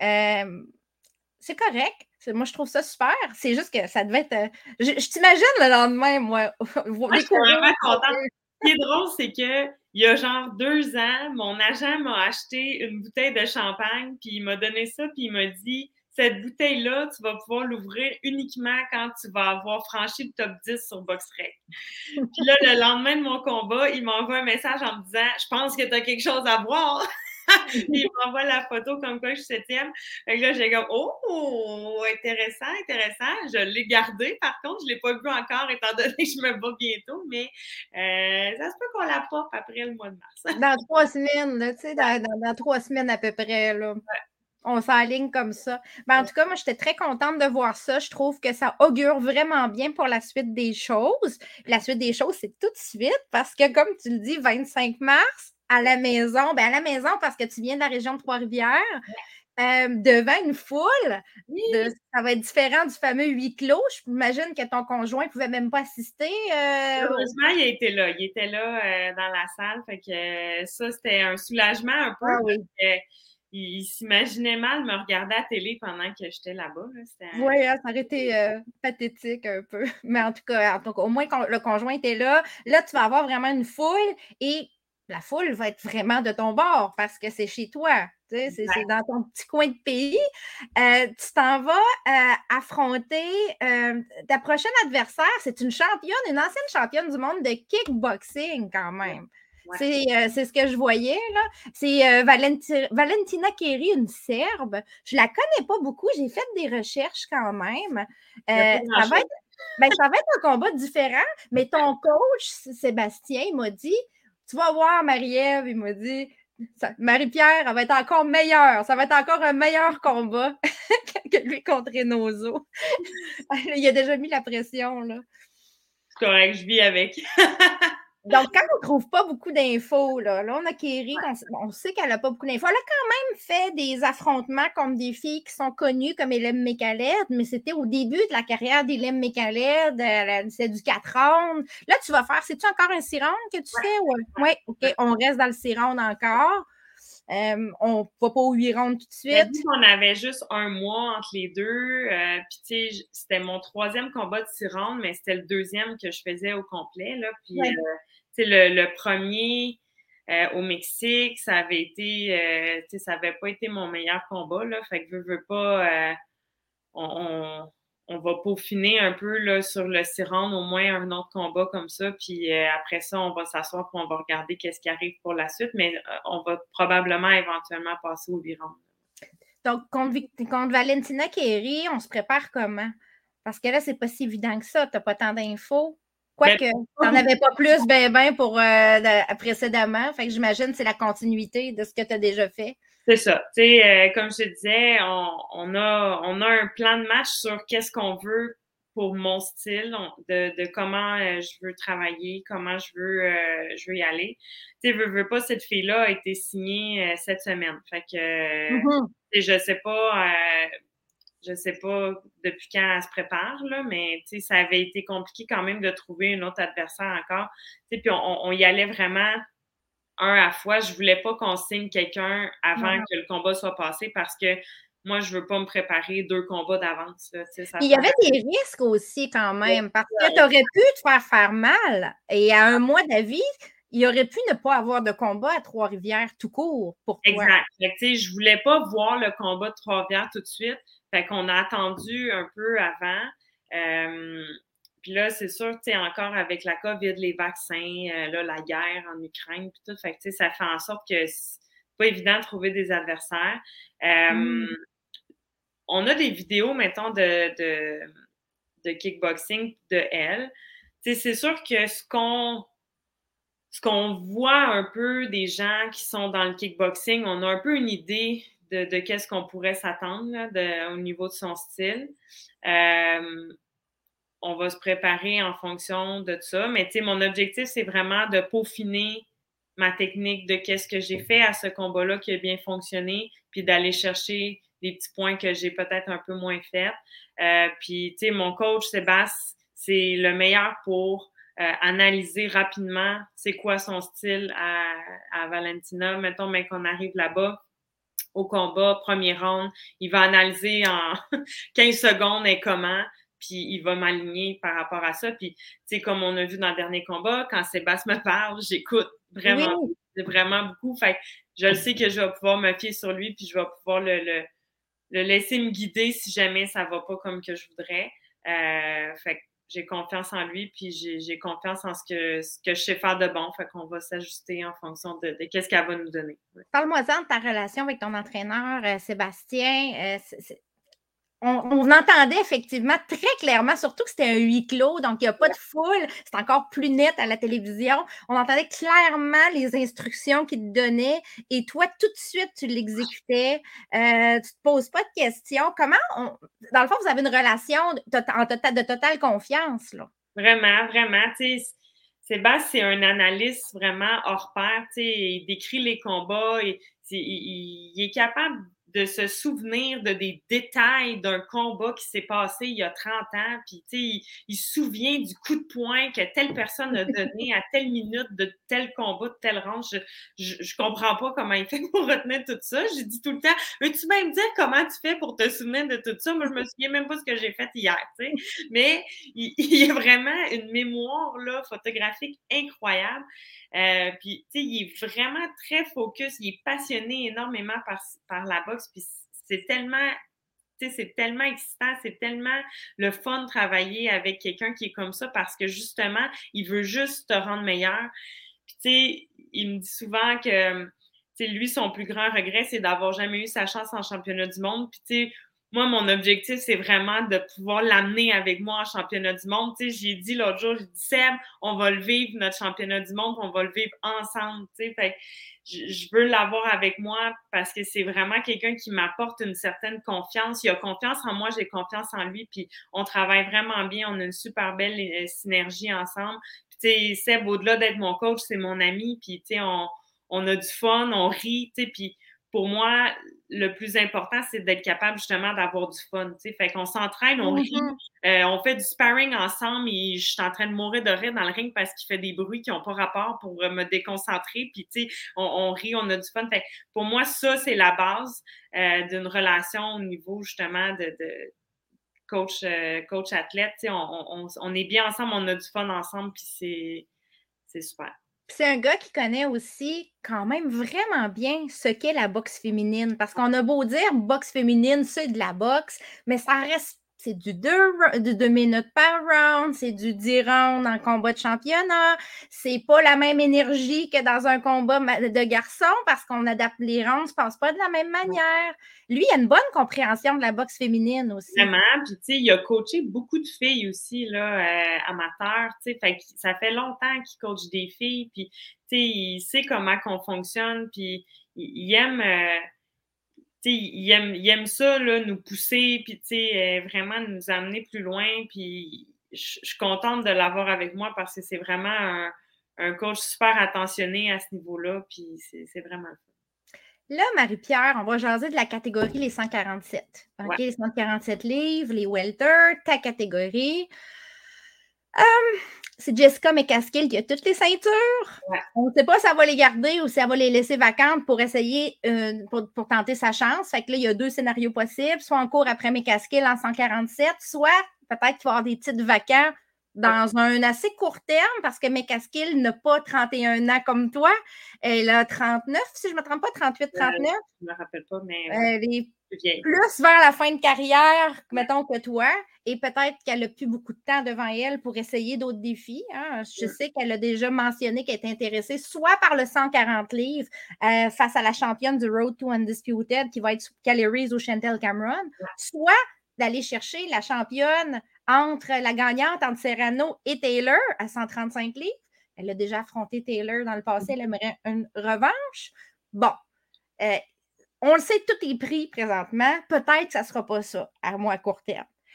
C'est correct. Moi, je trouve ça super. C'est juste que ça devait être. Je t'imagine le lendemain, moi. Moi, je suis vraiment contente. Ce qui est drôle, c'est que il y a genre 2 ans, mon agent m'a acheté une bouteille de champagne, puis il m'a donné ça, puis il m'a dit cette bouteille-là, tu vas pouvoir l'ouvrir uniquement quand tu vas avoir franchi le top 10 sur BoxRec. Puis là, le lendemain de mon combat, il m'envoie un message en me disant je pense que tu as quelque chose à boire. Puis il m'envoie la photo comme quoi je suis 7e. Fait que là, j'ai comme oh, intéressant, intéressant. Je l'ai gardé, par contre, je ne l'ai pas vu encore étant donné que je me bats bientôt, mais ça se peut qu'on la pop après le mois de mars. Dans 3 semaines, là, tu sais, dans 3 semaines à peu près, là. Ouais. On s'aligne comme ça. Ben, en tout cas, moi, j'étais très contente de voir ça. Je trouve que ça augure vraiment bien pour la suite des choses. La suite des choses, c'est tout de suite parce que, comme tu le dis, 25 mars, à la maison, ben à la maison parce que tu viens de la région de Trois-Rivières, devant une foule, ça va être différent du fameux huis clos. J'imagine que ton conjoint ne pouvait même pas assister. Heureusement, il était là. Il était là dans la salle. Fait que ça, c'était un soulagement un peu. Ah oui. Il s'imaginait mal me regarder à la télé pendant que j'étais là-bas. Là. Oui, hein, ça aurait été pathétique un peu. Mais en tout cas, au moins, le conjoint était là. Là, tu vas avoir vraiment une foule et la foule va être vraiment de ton bord parce que c'est chez toi. Tu sais, c'est dans ton petit coin de pays. Tu t'en vas affronter ta prochaine adversaire. C'est une ancienne championne du monde de kickboxing quand même. Ouais. C'est ce que je voyais, là. C'est Valentina Keri, une Serbe. Je la connais pas beaucoup. J'ai fait des recherches quand même. Ça va être un combat différent, mais ton coach, Sébastien, il m'a dit, tu vas voir, Marie-Ève, il m'a dit, Marie-Pierre, elle va être encore meilleure. Ça va être encore un meilleur combat que lui contre Reynoso. Il a déjà mis la pression, là. C'est correct, je vis avec. Donc, quand on ne trouve pas beaucoup d'infos, là on a Kéry, on sait qu'elle n'a pas beaucoup d'infos. Elle a quand même fait des affrontements contre des filles qui sont connues comme Hélène Mécaled, mais c'était au début de la carrière d'Hélène Mécaled. C'est du 4 rounds. Là, tu vas faire, c'est-tu encore un 6 rounds que tu fais? Oui, OK, on reste dans le 6 rounds encore. On ne va pas au 8 rounds tout de suite. Vu qu'on avait juste un mois entre les deux, puis tu sais, c'était mon 3e combat de 6 rounds, mais c'était le 2e que je faisais au complet, là, puis tu sais, le premier au Mexique, ça avait été, tu sais, ça avait pas été mon meilleur combat, là, fait que veux pas, on va peaufiner un peu là, sur le 6 rounds, au moins un autre combat comme ça. Puis après ça, on va s'asseoir et on va regarder qu'est-ce qui arrive pour la suite. Mais on va probablement éventuellement passer au 8 rounds. Donc, contre Valentina Keri, on se prépare comment? Parce que là, c'est pas si évident que ça. Tu n'as pas tant d'infos. Quoique, tu n'en avais pas plus pour précédemment. Fait que j'imagine que c'est la continuité de ce que tu as déjà fait. C'est ça. Tu sais, comme je te disais, on a un plan de match sur qu'est-ce qu'on veut pour mon style, de comment je veux travailler, comment je veux y aller. Tu sais, veux pas, cette fille-là a été signée cette semaine. Fait que je sais pas depuis quand elle se prépare, là, mais tu sais, ça avait été compliqué quand même de trouver un autre adversaire encore. Tu sais, puis on y allait vraiment un à fois. Je voulais pas qu'on signe quelqu'un avant que le combat soit passé parce que moi, je veux pas me préparer 2 combats d'avance. Il y avait des risques aussi quand même parce que tu aurais pu te faire mal et à un mois d'avis, il aurait pu ne pas avoir de combat à Trois-Rivières tout court pour toi. Exact. Fait que, je voulais pas voir le combat de Trois-Rivières tout de suite. Fait qu'on a attendu un peu avant. Puis là, c'est sûr, tu sais, encore avec la COVID, les vaccins, là, la guerre en Ukraine, puis tout. Fait que, tu sais, ça fait en sorte que c'est pas évident de trouver des adversaires. On a des vidéos, mettons, de kickboxing de elle. Tu sais, c'est sûr que ce qu'on voit un peu des gens qui sont dans le kickboxing, on a un peu une idée de qu'est-ce qu'on pourrait s'attendre là, au niveau de son style. on va se préparer en fonction de ça. Mais tu sais, mon objectif, c'est vraiment de peaufiner ma technique de qu'est-ce que j'ai fait à ce combat-là qui a bien fonctionné, puis d'aller chercher des petits points que j'ai peut-être un peu moins fait. Puis, tu sais, mon coach, Sébastien, c'est le meilleur pour analyser rapidement c'est quoi son style à Valentina. Mettons, mais qu'on arrive là-bas, au combat, premier round, il va analyser en 15 secondes et comment, puis il va m'aligner par rapport à ça. Puis, tu sais, comme on a vu dans le dernier combat, quand Sébastien me parle, j'écoute Oui. vraiment beaucoup. Fait que je le sais que je vais pouvoir me fier sur lui, puis je vais pouvoir le laisser me guider si jamais ça va pas comme que je voudrais. Fait que j'ai confiance en lui, puis j'ai confiance en ce que je sais faire de bon. Fait qu'on va s'ajuster en fonction de qu'est-ce qu'elle va nous donner. Ouais. Parle-moi-en de ta relation avec ton entraîneur, Sébastien. On entendait effectivement très clairement, surtout que c'était un huis clos, donc il n'y a pas de foule, c'est encore plus net à la télévision. On entendait clairement les instructions qu'il te donnait et toi, tout de suite, tu l'exécutais. Tu ne te poses pas de questions. Dans le fond, vous avez une relation de totale confiance, là. Vraiment, vraiment. Tu sais, Sébastien, c'est un analyste vraiment hors pair. Tu sais, il décrit les combats et il est capable de se souvenir de des détails d'un combat qui s'est passé il y a 30 ans. Puis, tu sais, il se souvient du coup de poing que telle personne a donné à telle minute de tel combat, de tel round. Je comprends pas comment il fait pour retenir tout ça. J'ai dit tout le temps, veux-tu même dire comment tu fais pour te souvenir de tout ça? Moi, je me souviens même pas ce que j'ai fait hier, tu sais. Mais il a vraiment une mémoire là, photographique incroyable. Puis, tu sais, il est vraiment très focus. Il est passionné énormément par la boxe. Puis, c'est tellement c'est tellement excitant, c'est tellement le fun de travailler avec quelqu'un qui est comme ça parce que justement, il veut juste te rendre meilleur. Puis, tu sais, il me dit souvent que, tu sais, lui, son plus grand regret, c'est d'avoir jamais eu sa chance en championnat du monde. Puis, tu sais, moi, mon objectif, c'est vraiment de pouvoir l'amener avec moi en championnat du monde. Tu sais, j'ai dit l'autre jour, j'ai dit, Seb, on va le vivre, notre championnat du monde, on va le vivre ensemble, tu sais. Fait que je veux l'avoir avec moi parce que c'est vraiment quelqu'un qui m'apporte une certaine confiance. Il a confiance en moi, j'ai confiance en lui, puis on travaille vraiment bien, on a une super belle synergie ensemble. Puis, tu sais, Seb, au-delà d'être mon coach, c'est mon ami, puis, tu sais, on a du fun, on rit, tu sais, puis pour moi, le plus important, c'est d'être capable justement d'avoir du fun, tu sais. Fait qu'on s'entraîne, on rit, on fait du sparring ensemble et je suis en train de mourir de rire dans le ring parce qu'il fait des bruits qui n'ont pas rapport pour me déconcentrer. Puis, tu sais, on rit, on a du fun. Fait pour moi, ça, c'est la base d'une relation au niveau justement de coach-athlète. Tu sais, on est bien ensemble, on a du fun ensemble, puis c'est super. C'est un gars qui connaît aussi quand même vraiment bien ce qu'est la boxe féminine. Parce qu'on a beau dire boxe féminine, c'est de la boxe, mais ça reste, c'est du 2 minutes par round, c'est du 10 rounds en combat de championnat. C'est pas la même énergie que dans un combat de garçons parce qu'on adapte les rounds, ne se passe pas de la même manière. Lui, il a une bonne compréhension de la boxe féminine aussi. Vraiment. Puis, tu sais, il a coaché beaucoup de filles aussi, là, amateurs, tu sais. Fait que ça fait longtemps qu'il coach des filles. Puis, tu sais, il sait comment qu'on fonctionne. Puis, il aime, tu sais, il aime ça, là, nous pousser. Puis, tu sais, vraiment nous amener plus loin. Puis, je suis contente de l'avoir avec moi parce que c'est vraiment un coach super attentionné à ce niveau-là. Puis, c'est vraiment le fun. Là, Marie-Pierre, on va jaser de la catégorie les 147. OK, Ouais. les 147 livres, les welter, ta catégorie. C'est Jessica McCaskill qui a toutes les ceintures. Ouais. On ne sait pas si elle va les garder ou si elle va les laisser vacantes pour essayer, pour tenter sa chance. Fait que là, il y a 2 scénarios possibles. Soit on court après McCaskill en 147, soit peut-être qu'il va y avoir des titres vacants dans un assez court terme parce que McCaskill n'a pas 31 ans comme toi. Elle a 39, si je ne me trompe pas, 38, 39. Je ne me rappelle pas, mais Elle est vieille. plus vers la fin de carrière, mettons, que toi. Et peut-être qu'elle n'a plus beaucoup de temps devant elle pour essayer d'autres défis. Hein. Je sais qu'elle a déjà mentionné qu'elle est intéressée soit par le 140 livres face à la championne du Road to Undisputed qui va être Calories ou Chantel Cameron, soit d'aller chercher la championne la gagnante entre Serrano et Taylor à 135 livres. Elle a déjà affronté Taylor dans le passé. Elle aimerait une revanche. Bon. On le sait, tout est pris présentement. Peut-être que ça ne sera pas ça, à moins à court terme.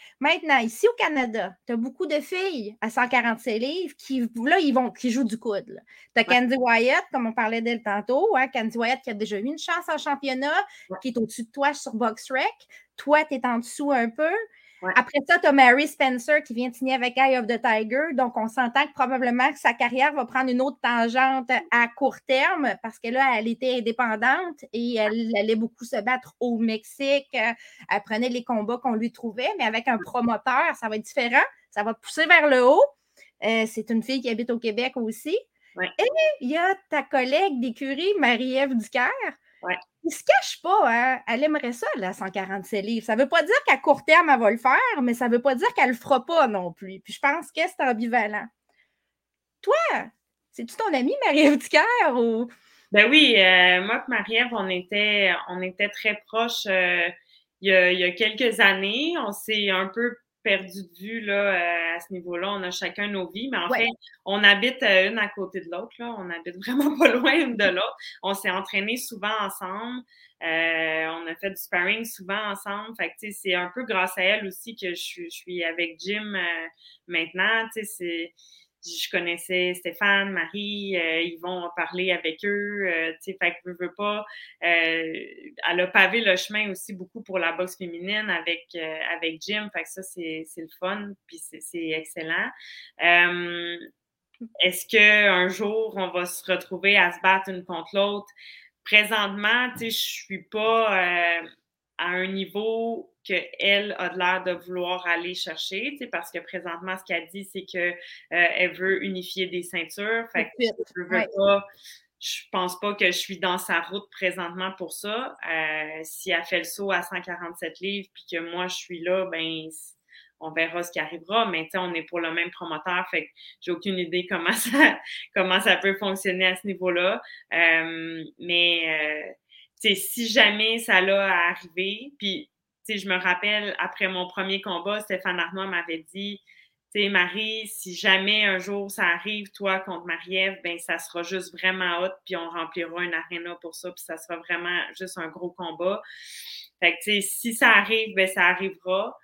Maintenant, ici au Canada, tu as beaucoup de filles à 147 livres qui, là, qui jouent du coude. Tu as Candy Wyatt, comme on parlait d'elle tantôt, hein, Candy Wyatt qui a déjà eu une chance en championnat, qui est au-dessus de toi sur BoxRec. Toi, tu es en dessous un peu. Ouais. Après ça, tu as Mary Spencer qui vient de signer avec Eye of the Tiger. Donc, on s'entend que probablement que sa carrière va prendre une autre tangente à court terme parce que là, elle était indépendante et elle allait beaucoup se battre au Mexique. Elle prenait les combats qu'on lui trouvait, mais avec un promoteur, ça va être différent. Ça va pousser vers le haut. C'est une fille qui habite au Québec aussi. Ouais. Et il y a ta collègue d'écurie, Marie-Ève Ducaire. Ouais. Il ne se cache pas, hein? Elle aimerait ça, là, 147 livres. Ça ne veut pas dire qu'à court terme, elle va le faire, mais ça ne veut pas dire qu'elle ne le fera pas non plus. Puis je pense que c'est ambivalent. Toi, c'est-tu ton amie, Marie-Ève Ducaire? Ou... Ben oui, moi et Marie-Ève, on était très proches il y a quelques années. On s'est un peu perdu de vue là, à ce niveau-là. On a chacun nos vies, mais en fait, on habite une à côté de l'autre. Là. On habite vraiment pas loin une de l'autre. On s'est entraînés souvent ensemble. On a fait du sparring souvent ensemble. Fait que, c'est un peu grâce à elle aussi que je suis avec Jim maintenant. Je connaissais Stéphane, Marie, ils vont parler avec eux, tu sais, fait que veux pas. Elle a pavé le chemin aussi beaucoup pour la boxe féminine avec Jim, fait que ça, c'est le fun, puis c'est excellent. Est-ce qu'un jour, on va se retrouver à se battre une contre l'autre? Présentement, tu sais, je suis pas à un niveau qu'elle a l'air de vouloir aller chercher, tu sais, parce que présentement, ce qu'elle dit, c'est que elle veut unifier des ceintures. Fait que je pense pas que je suis dans sa route présentement pour ça. Si elle fait le saut à 147 livres puis que moi, je suis là, ben on verra ce qui arrivera, mais tu sais, on est pour le même promoteur, fait que j'ai aucune idée comment ça peut fonctionner à ce niveau-là. Mais si jamais ça l'a à arriver, puis je me rappelle, après mon premier combat, Stéphane Arnois m'avait dit, tu sais, Marie, si jamais un jour ça arrive, toi contre Marie-Ève, ben ça sera juste vraiment hot, puis on remplira une aréna pour ça, puis ça sera vraiment juste un gros combat. Fait que, tu sais, si ça arrive, ben ça arrivera.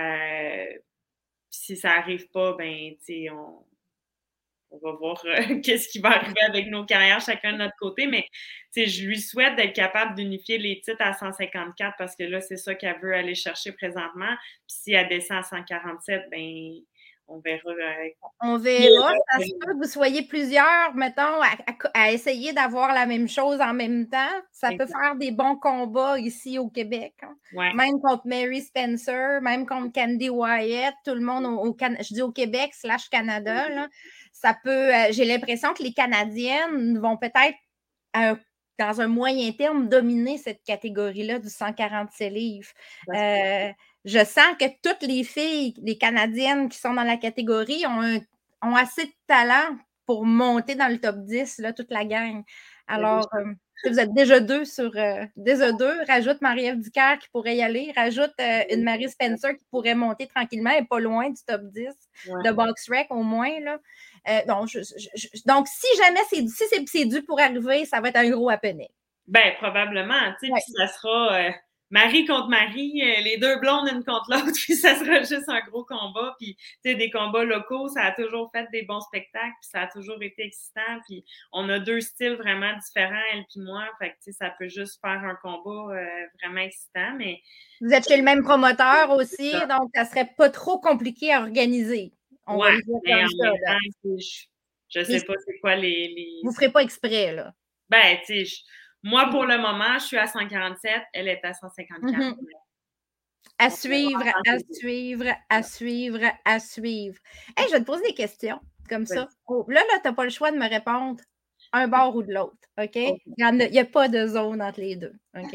Si ça arrive pas, ben, tu sais, on va voir qu'est-ce qui va arriver avec nos carrières chacun de notre côté, mais je lui souhaite d'être capable d'unifier les titres à 154 parce que là, c'est ça qu'elle veut aller chercher présentement. Puis si elle descend à 147, ben on verra. On verra. Ça se peut que vous soyez plusieurs, mettons, à essayer d'avoir la même chose en même temps. Ça peut faire des bons combats ici au Québec. Hein. Ouais. Même contre Mary Spencer, même contre Candy Wyatt, tout le monde je dis au Québec / Canada. Là, ça peut. J'ai l'impression que les Canadiennes vont peut-être dans un moyen terme dominer cette catégorie-là du 147 livres. Je sens que toutes les filles, les Canadiennes qui sont dans la catégorie ont assez de talent pour monter dans le top 10, là, toute la gang. Alors, vous êtes déjà deux rajoute Marie-Ève Ducaire qui pourrait y aller, rajoute une Mary Spencer qui pourrait monter tranquillement et pas loin du top 10 de BoxRec au moins. Là. Donc, si jamais c'est dû pour arriver, ça va être un gros happening. Ben, probablement. Tu sais, puis ça sera Marie contre Marie, les deux blondes une contre l'autre, puis ça sera juste un gros combat. Puis, tu sais, des combats locaux, ça a toujours fait des bons spectacles, puis ça a toujours été excitant. Puis, on a deux styles vraiment différents, elle puis moi. Fait que, tu sais, ça peut juste faire un combat vraiment excitant, mais... Vous êtes chez le même promoteur aussi, donc ça serait pas trop compliqué à organiser. On va le dire mais comme ça. Là. Je sais pas c'est quoi les... Vous ferez pas exprès, là. Ben, tu sais, moi, pour le moment, je suis à 147, elle est à 154. À suivre, à suivre, à suivre, à suivre. Hey, je vais te poser des questions comme ça. Oh, là, tu n'as pas le choix de me répondre un bord ou de l'autre. OK? Il n'y a pas de zone entre les deux. OK?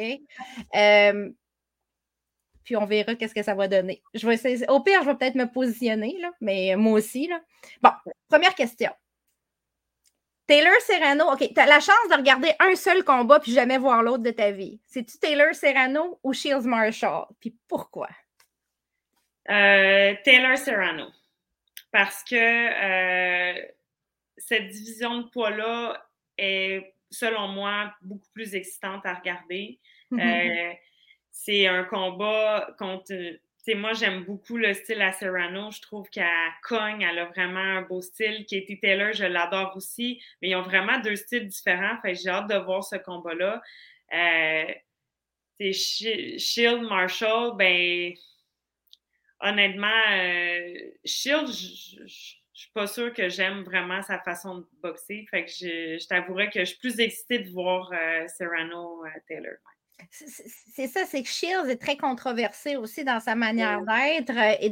Puis on verra qu'est-ce que ça va donner. Je vais essayer, au pire, je vais peut-être me positionner, là, mais moi aussi. Là. Bon, première question. Taylor Serrano, OK, tu as la chance de regarder un seul combat puis jamais voir l'autre de ta vie. C'est-tu Taylor Serrano ou Shields Marshall? Puis pourquoi? Taylor Serrano. Parce que cette division de poids-là est, selon moi, beaucoup plus excitante à regarder. C'est un combat contre moi, j'aime beaucoup le style à Serrano. Je trouve qu'elle cogne, elle a vraiment un beau style. Katie Taylor, je l'adore aussi. Mais ils ont vraiment deux styles différents. Fait que j'ai hâte de voir ce combat-là. Shield, Marshall, ben honnêtement, Shield, je suis pas sûre que j'aime vraiment sa façon de boxer. Fait que je t'avouerais que je suis plus excitée de voir Serrano Taylor. C'est ça, c'est que Shields est très controversé aussi dans sa manière d'être. Et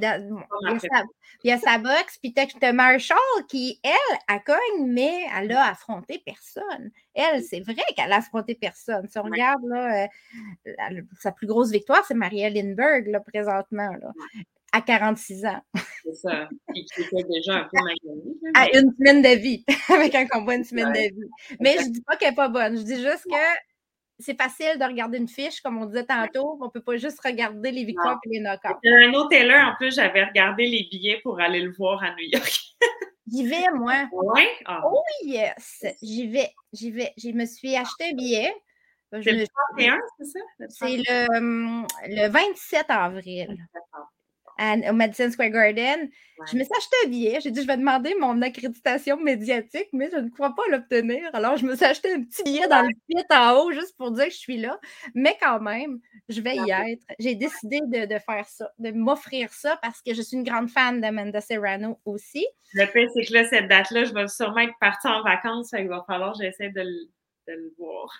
il y a sa boxe, puis t'as Marshall qui, elle cogne, mais elle a affronté personne. Elle, c'est vrai qu'elle a affronté personne. Si on regarde, là, sa plus grosse victoire, c'est Marielle Lindbergh, là, présentement, là, à 46 ans. C'est ça. Et qui était déjà un peu magané. À une semaine de vie, avec un combat une semaine de vie. Mais je dis pas qu'elle n'est pas bonne. Je dis juste que c'est facile de regarder une fiche, comme on disait tantôt. On ne peut pas juste regarder les victoires et les knockouts. Un autre Taylor, en plus, j'avais regardé les billets pour aller le voir à New York. J'y vais, moi. Oui? Oh yes! J'y vais. Je me suis acheté un billet. C'est le 31, c'est ça? C'est le 27 avril. Au Madison Square Garden. Ouais. Je me suis acheté un billet. J'ai dit, je vais demander mon accréditation médiatique, mais je ne crois pas l'obtenir. Alors, je me suis acheté un petit billet dans le pit en haut, juste pour dire que je suis là. Mais quand même, je vais y être. J'ai décidé de faire ça, de m'offrir ça, parce que je suis une grande fan d'Amanda Serrano aussi. Le pire, c'est que là, cette date-là, je vais sûrement être partie en vacances. Il va falloir que j'essaie de le voir.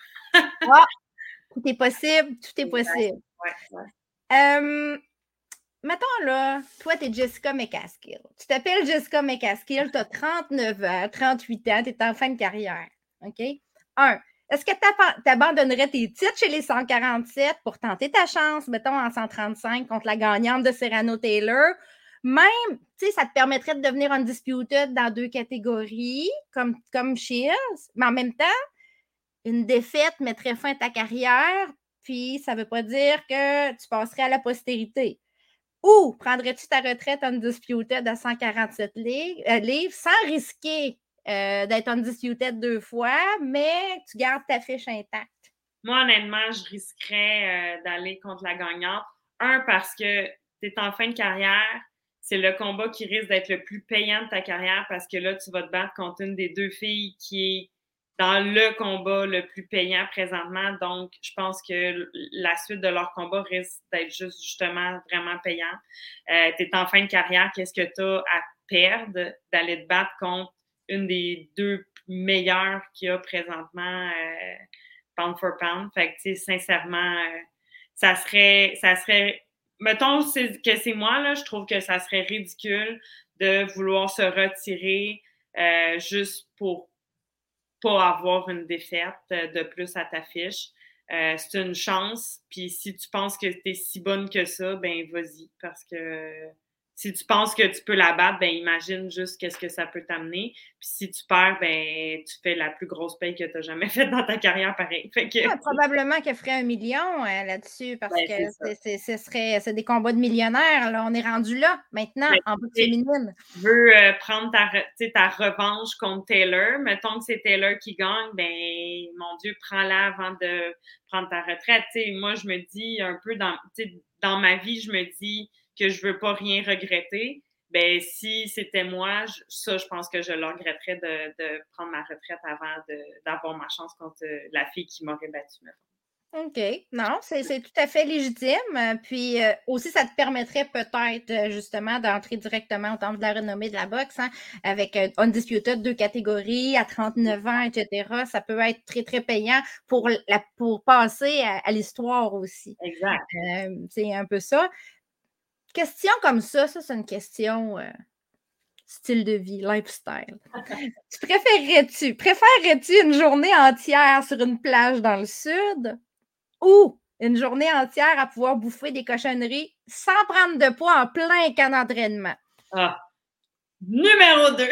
Tout est possible. Tout est possible. Ouais. Mettons, là, toi, tu es Jessica McCaskill. Tu t'appelles Jessica McCaskill, tu as 39 ans, 38 ans, tu es en fin de carrière. OK? Est-ce que tu abandonnerais tes titres chez les 147 pour tenter ta chance, mettons, en 135 contre la gagnante de Serrano Taylor? Même, tu sais, ça te permettrait de devenir undisputed dans 2 catégories, comme Shields, mais en même temps, une défaite mettrait fin à ta carrière, puis ça ne veut pas dire que tu passerais à la postérité. Ou prendrais-tu ta retraite undisputed à 147 livres sans risquer d'être undisputed 2 fois, mais tu gardes ta fiche intacte? Moi, honnêtement, je risquerais d'aller contre la gagnante. Parce que tu es en fin de carrière, c'est le combat qui risque d'être le plus payant de ta carrière parce que là, tu vas te battre contre une des 2 filles qui est dans le combat le plus payant présentement. Donc, je pense que la suite de leur combat risque d'être justement vraiment payant. Tu es en fin de carrière, qu'est-ce que tu as à perdre d'aller te battre contre une des 2 meilleures qu'il y a présentement pound for pound? Fait que, tu sais, sincèrement, ça serait mettons que c'est moi, là, je trouve que ça serait ridicule de vouloir se retirer juste pour pas avoir une défaite de plus à ta fiche. C'est une chance, puis si tu penses que tu es si bonne que ça, ben vas-y, parce que si tu penses que tu peux la battre, ben imagine juste qu'est-ce que ça peut t'amener. Puis si tu perds, ben tu fais la plus grosse paye que tu as jamais faite dans ta carrière, pareil. Fait que... probablement qu'elle ferait 1 million là-dessus, parce que c'est des combats de millionnaires. Là. On est rendu là, maintenant, en boxe féminine. Tu veux prendre ta revanche contre Taylor. Mettons que c'est Taylor qui gagne, ben mon Dieu, prends-la avant de prendre ta retraite. T'sais, moi, je me dis un peu dans ma vie, je me dis que je veux pas rien regretter. Ben si c'était moi, je pense que je le regretterais de prendre ma retraite avant d'avoir ma chance contre la fille qui m'aurait battue, mettons. OK. Non, c'est tout à fait légitime. Puis aussi, ça te permettrait peut-être justement d'entrer directement au temple de la renommée de la boxe, hein, avec Undisputed, 2 catégories, à 39 ans, etc. Ça peut être très, très payant pour passer à l'histoire aussi. Exact. C'est un peu ça. Question comme ça, c'est une question style de vie, lifestyle. Préférerais-tu une journée entière sur une plage dans le sud ou une journée entière à pouvoir bouffer des cochonneries sans prendre de poids en plein camp d'entraînement? Ah, numéro 2!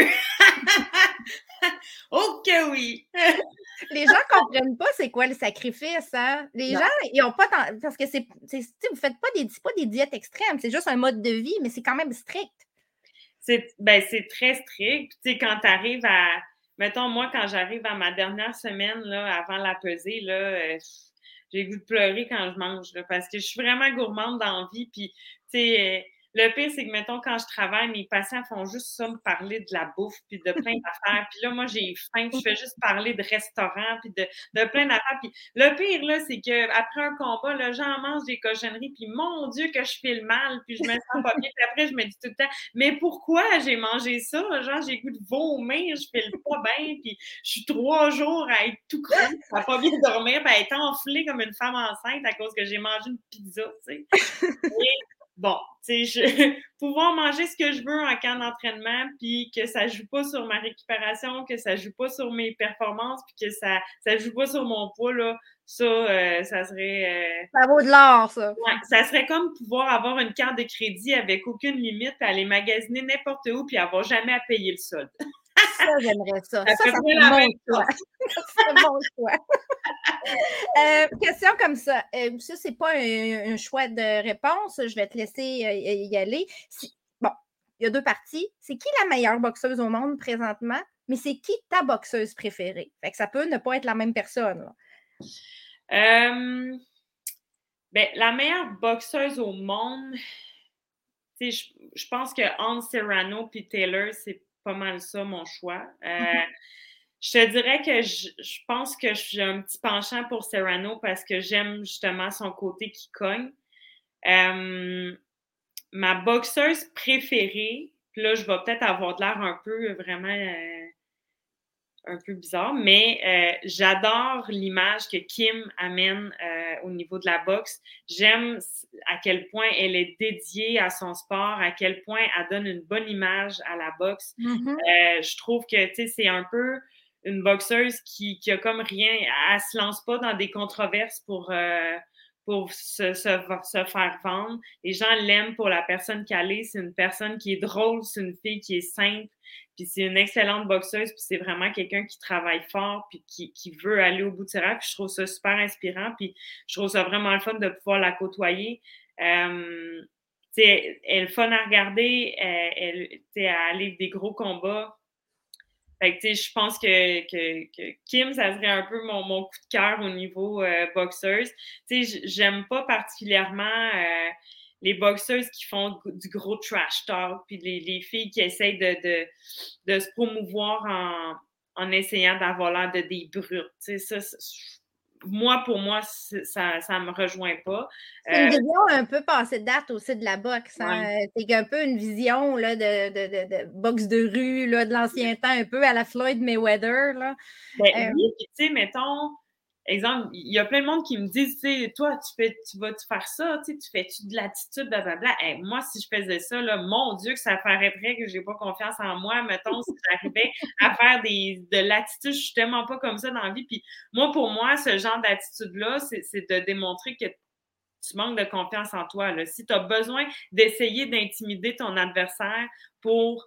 Oh que oui! Les gens ne comprennent pas c'est quoi le sacrifice, hein? Les gens, ils n'ont pas tant... Parce que vous ne faites pas des diètes extrêmes, c'est juste un mode de vie, mais c'est quand même strict. C'est très strict. Tu sais, quand tu arrives à... Mettons, moi, quand j'arrive à ma dernière semaine, là, avant la pesée, là, j'ai le goût de pleurer quand je mange, là, parce que je suis vraiment gourmande dans la vie. Puis, tu sais, le pire, c'est que, mettons, quand je travaille, mes patients font juste ça, me parler de la bouffe, puis de plein d'affaires. Puis là, moi, j'ai faim, puis je fais juste parler de restaurants, puis de plein d'affaires. Puis le pire, là, c'est qu'après un combat, là, j'en mange des cochonneries, puis mon Dieu, que je file mal, puis je me sens pas bien. Puis après, je me dis tout le temps, mais pourquoi j'ai mangé ça? Genre, j'ai le goût de vomir, je file pas bien, puis je suis 3 jours à être tout croche, à pas bien dormir, puis à être enflée comme une femme enceinte à cause que j'ai mangé une pizza, tu sais. Bon, tu sais, pouvoir manger ce que je veux en camp d'entraînement, puis que ça joue pas sur ma récupération, que ça joue pas sur mes performances, puis que ça joue pas sur mon poids, là, ça serait... Ça vaut de l'or, ça. Ouais, ça serait comme pouvoir avoir une carte de crédit avec aucune limite, puis aller magasiner n'importe où, puis avoir jamais à payer le solde. Ça, j'aimerais ça. Ça Ça ferait la même chose. C'est mon choix. Question comme ça. Ça, c'est pas un choix de réponse. Je vais te laisser y aller. Bon, il y a 2 parties. C'est qui la meilleure boxeuse au monde présentement? Mais c'est qui ta boxeuse préférée? Fait que ça peut ne pas être la même personne. Ben, la meilleure boxeuse au monde, je pense que entre Serrano et Taylor, c'est pas mal ça mon choix. Je te dirais que je pense que j'ai un petit penchant pour Serrano parce que j'aime justement son côté qui cogne. Ma boxeuse préférée, puis là, je vais peut-être avoir de l'air un peu vraiment un peu bizarre, mais j'adore l'image que Kim amène au niveau de la boxe. J'aime à quel point elle est dédiée à son sport, à quel point elle donne une bonne image à la boxe. Je trouve que, tu sais, c'est un peu une boxeuse qui a comme rien, elle se lance pas dans des controverses pour se faire vendre. Les gens l'aiment pour la personne qu'elle est. C'est une personne qui est drôle, c'est une fille qui est simple, puis c'est une excellente boxeuse, puis c'est vraiment quelqu'un qui travaille fort, puis qui veut aller au bout de ses rêves. Puis je trouve ça super inspirant, puis je trouve ça vraiment le fun de pouvoir la côtoyer. Elle est fun à regarder, elle livre des gros combats. Fait que, je pense que Kim, ça serait un peu mon coup de cœur au niveau boxeuse. J'aime pas particulièrement les boxeuses qui font du gros trash talk, puis les filles qui essayent de se promouvoir en essayant d'avoir l'air de des brutes. Pour moi, ça me rejoint pas. C'est une vision un peu passée de date aussi de la boxe. Hein? Ouais. C'est un peu une vision là, de boxe de rue, là, de l'ancien temps, un peu à la Floyd Mayweather. Là. Ben oui, puis tu sais, mettons, exemple, il y a plein de monde qui me disent, tu sais, toi, tu vas-tu faire ça, tu fais-tu de l'attitude, blablabla. Hey, moi, si je faisais ça, là, mon Dieu, que ça paraîtrait que j'ai pas confiance en moi. Mettons, si j'arrivais à faire de l'attitude, je suis tellement pas comme ça dans la vie. Puis moi, pour moi, ce genre d'attitude-là, c'est de démontrer que tu manques de confiance en toi. Là. Si tu as besoin d'essayer d'intimider ton adversaire pour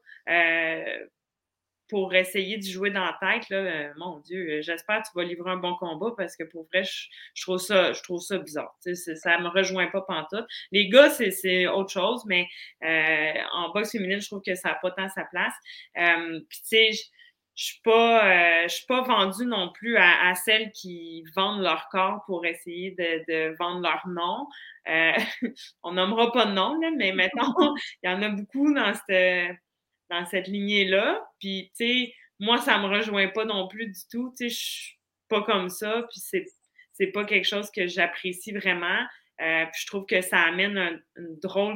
essayer de jouer dans la tête, là, mon Dieu, j'espère que tu vas livrer un bon combat parce que pour vrai, je trouve ça bizarre. Ça me rejoint pas pantoute. Les gars, c'est autre chose, mais en boxe féminine, je trouve que ça n'a pas tant sa place. Puis tu sais, je suis pas vendue non plus à celles qui vendent leur corps pour essayer de vendre leur nom. On nommera pas de nom, là, mais mettons, il y en a beaucoup dans cette lignée-là. Puis, tu sais, moi, ça me rejoint pas non plus du tout. Tu sais, je suis pas comme ça. Puis, c'est pas quelque chose que j'apprécie vraiment. Puis, je trouve que ça amène une drôle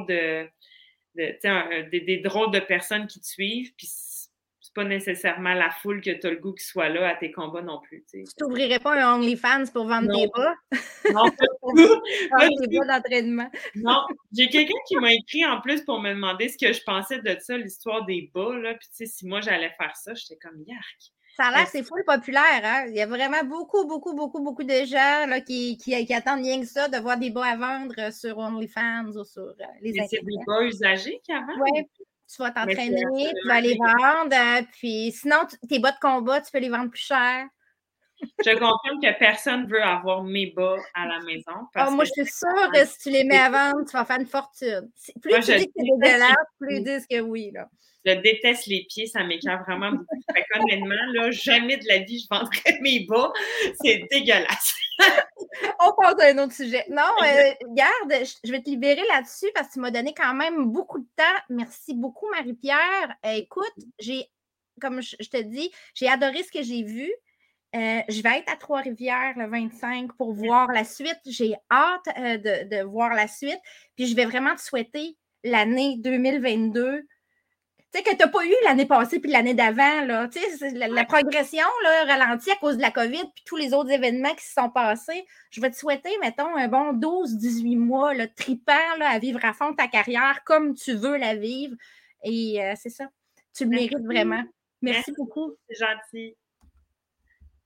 des drôles de personnes qui te suivent. Puis, c'est pas nécessairement la foule que tu as le goût qui soit là à tes combats non plus. Tu t'ouvrirais pas un OnlyFans pour vendre tes bas? Non, pas tes bas d'entraînement. Non, j'ai quelqu'un qui m'a écrit en plus pour me demander ce que je pensais de ça, l'histoire des bas, là. Puis, tu sais, si moi j'allais faire ça, j'étais comme yark. Ça a l'air que c'est full populaire, hein? Il y a vraiment beaucoup de gens là, qui attendent rien que ça, de voir des bas à vendre sur OnlyFans ou sur les internets. C'est des bas usagés qu'avant? Oui, tu vas t'entraîner, tu vas les vendre. Puis sinon, tes bas de combat, tu peux les vendre plus cher. Je confirme que personne veut avoir mes bas à la maison. Parce moi, que je suis sûre que si tu les mets à vendre, tu vas faire une fortune. Plus moi, tu dis que c'est dégueulasse, plus ils disent que oui. Là. Je déteste les pieds, ça m'écoeure vraiment beaucoup. Fait qu'honnêtement, là, jamais de la vie, je vendrais mes bas. C'est dégueulasse. On passe à un autre sujet. Non, regarde, je vais te libérer là-dessus parce que tu m'as donné quand même beaucoup de temps. Merci beaucoup, Marie-Pierre. Écoute, comme je te dis, j'ai adoré ce que j'ai vu. Je vais être à Trois-Rivières le 25 pour voir la suite. J'ai hâte de voir la suite. Puis je vais vraiment te souhaiter l'année 2022. Tu sais, que tu n'as pas eu l'année passée puis l'année d'avant. Là. Tu sais, la progression là, ralentie à cause de la COVID puis tous les autres événements qui se sont passés. Je vais te souhaiter, mettons, un bon 12-18 mois là, tripant là, à vivre à fond ta carrière comme tu veux la vivre. Et c'est ça. Tu le mérites vraiment. Merci beaucoup. C'est gentil.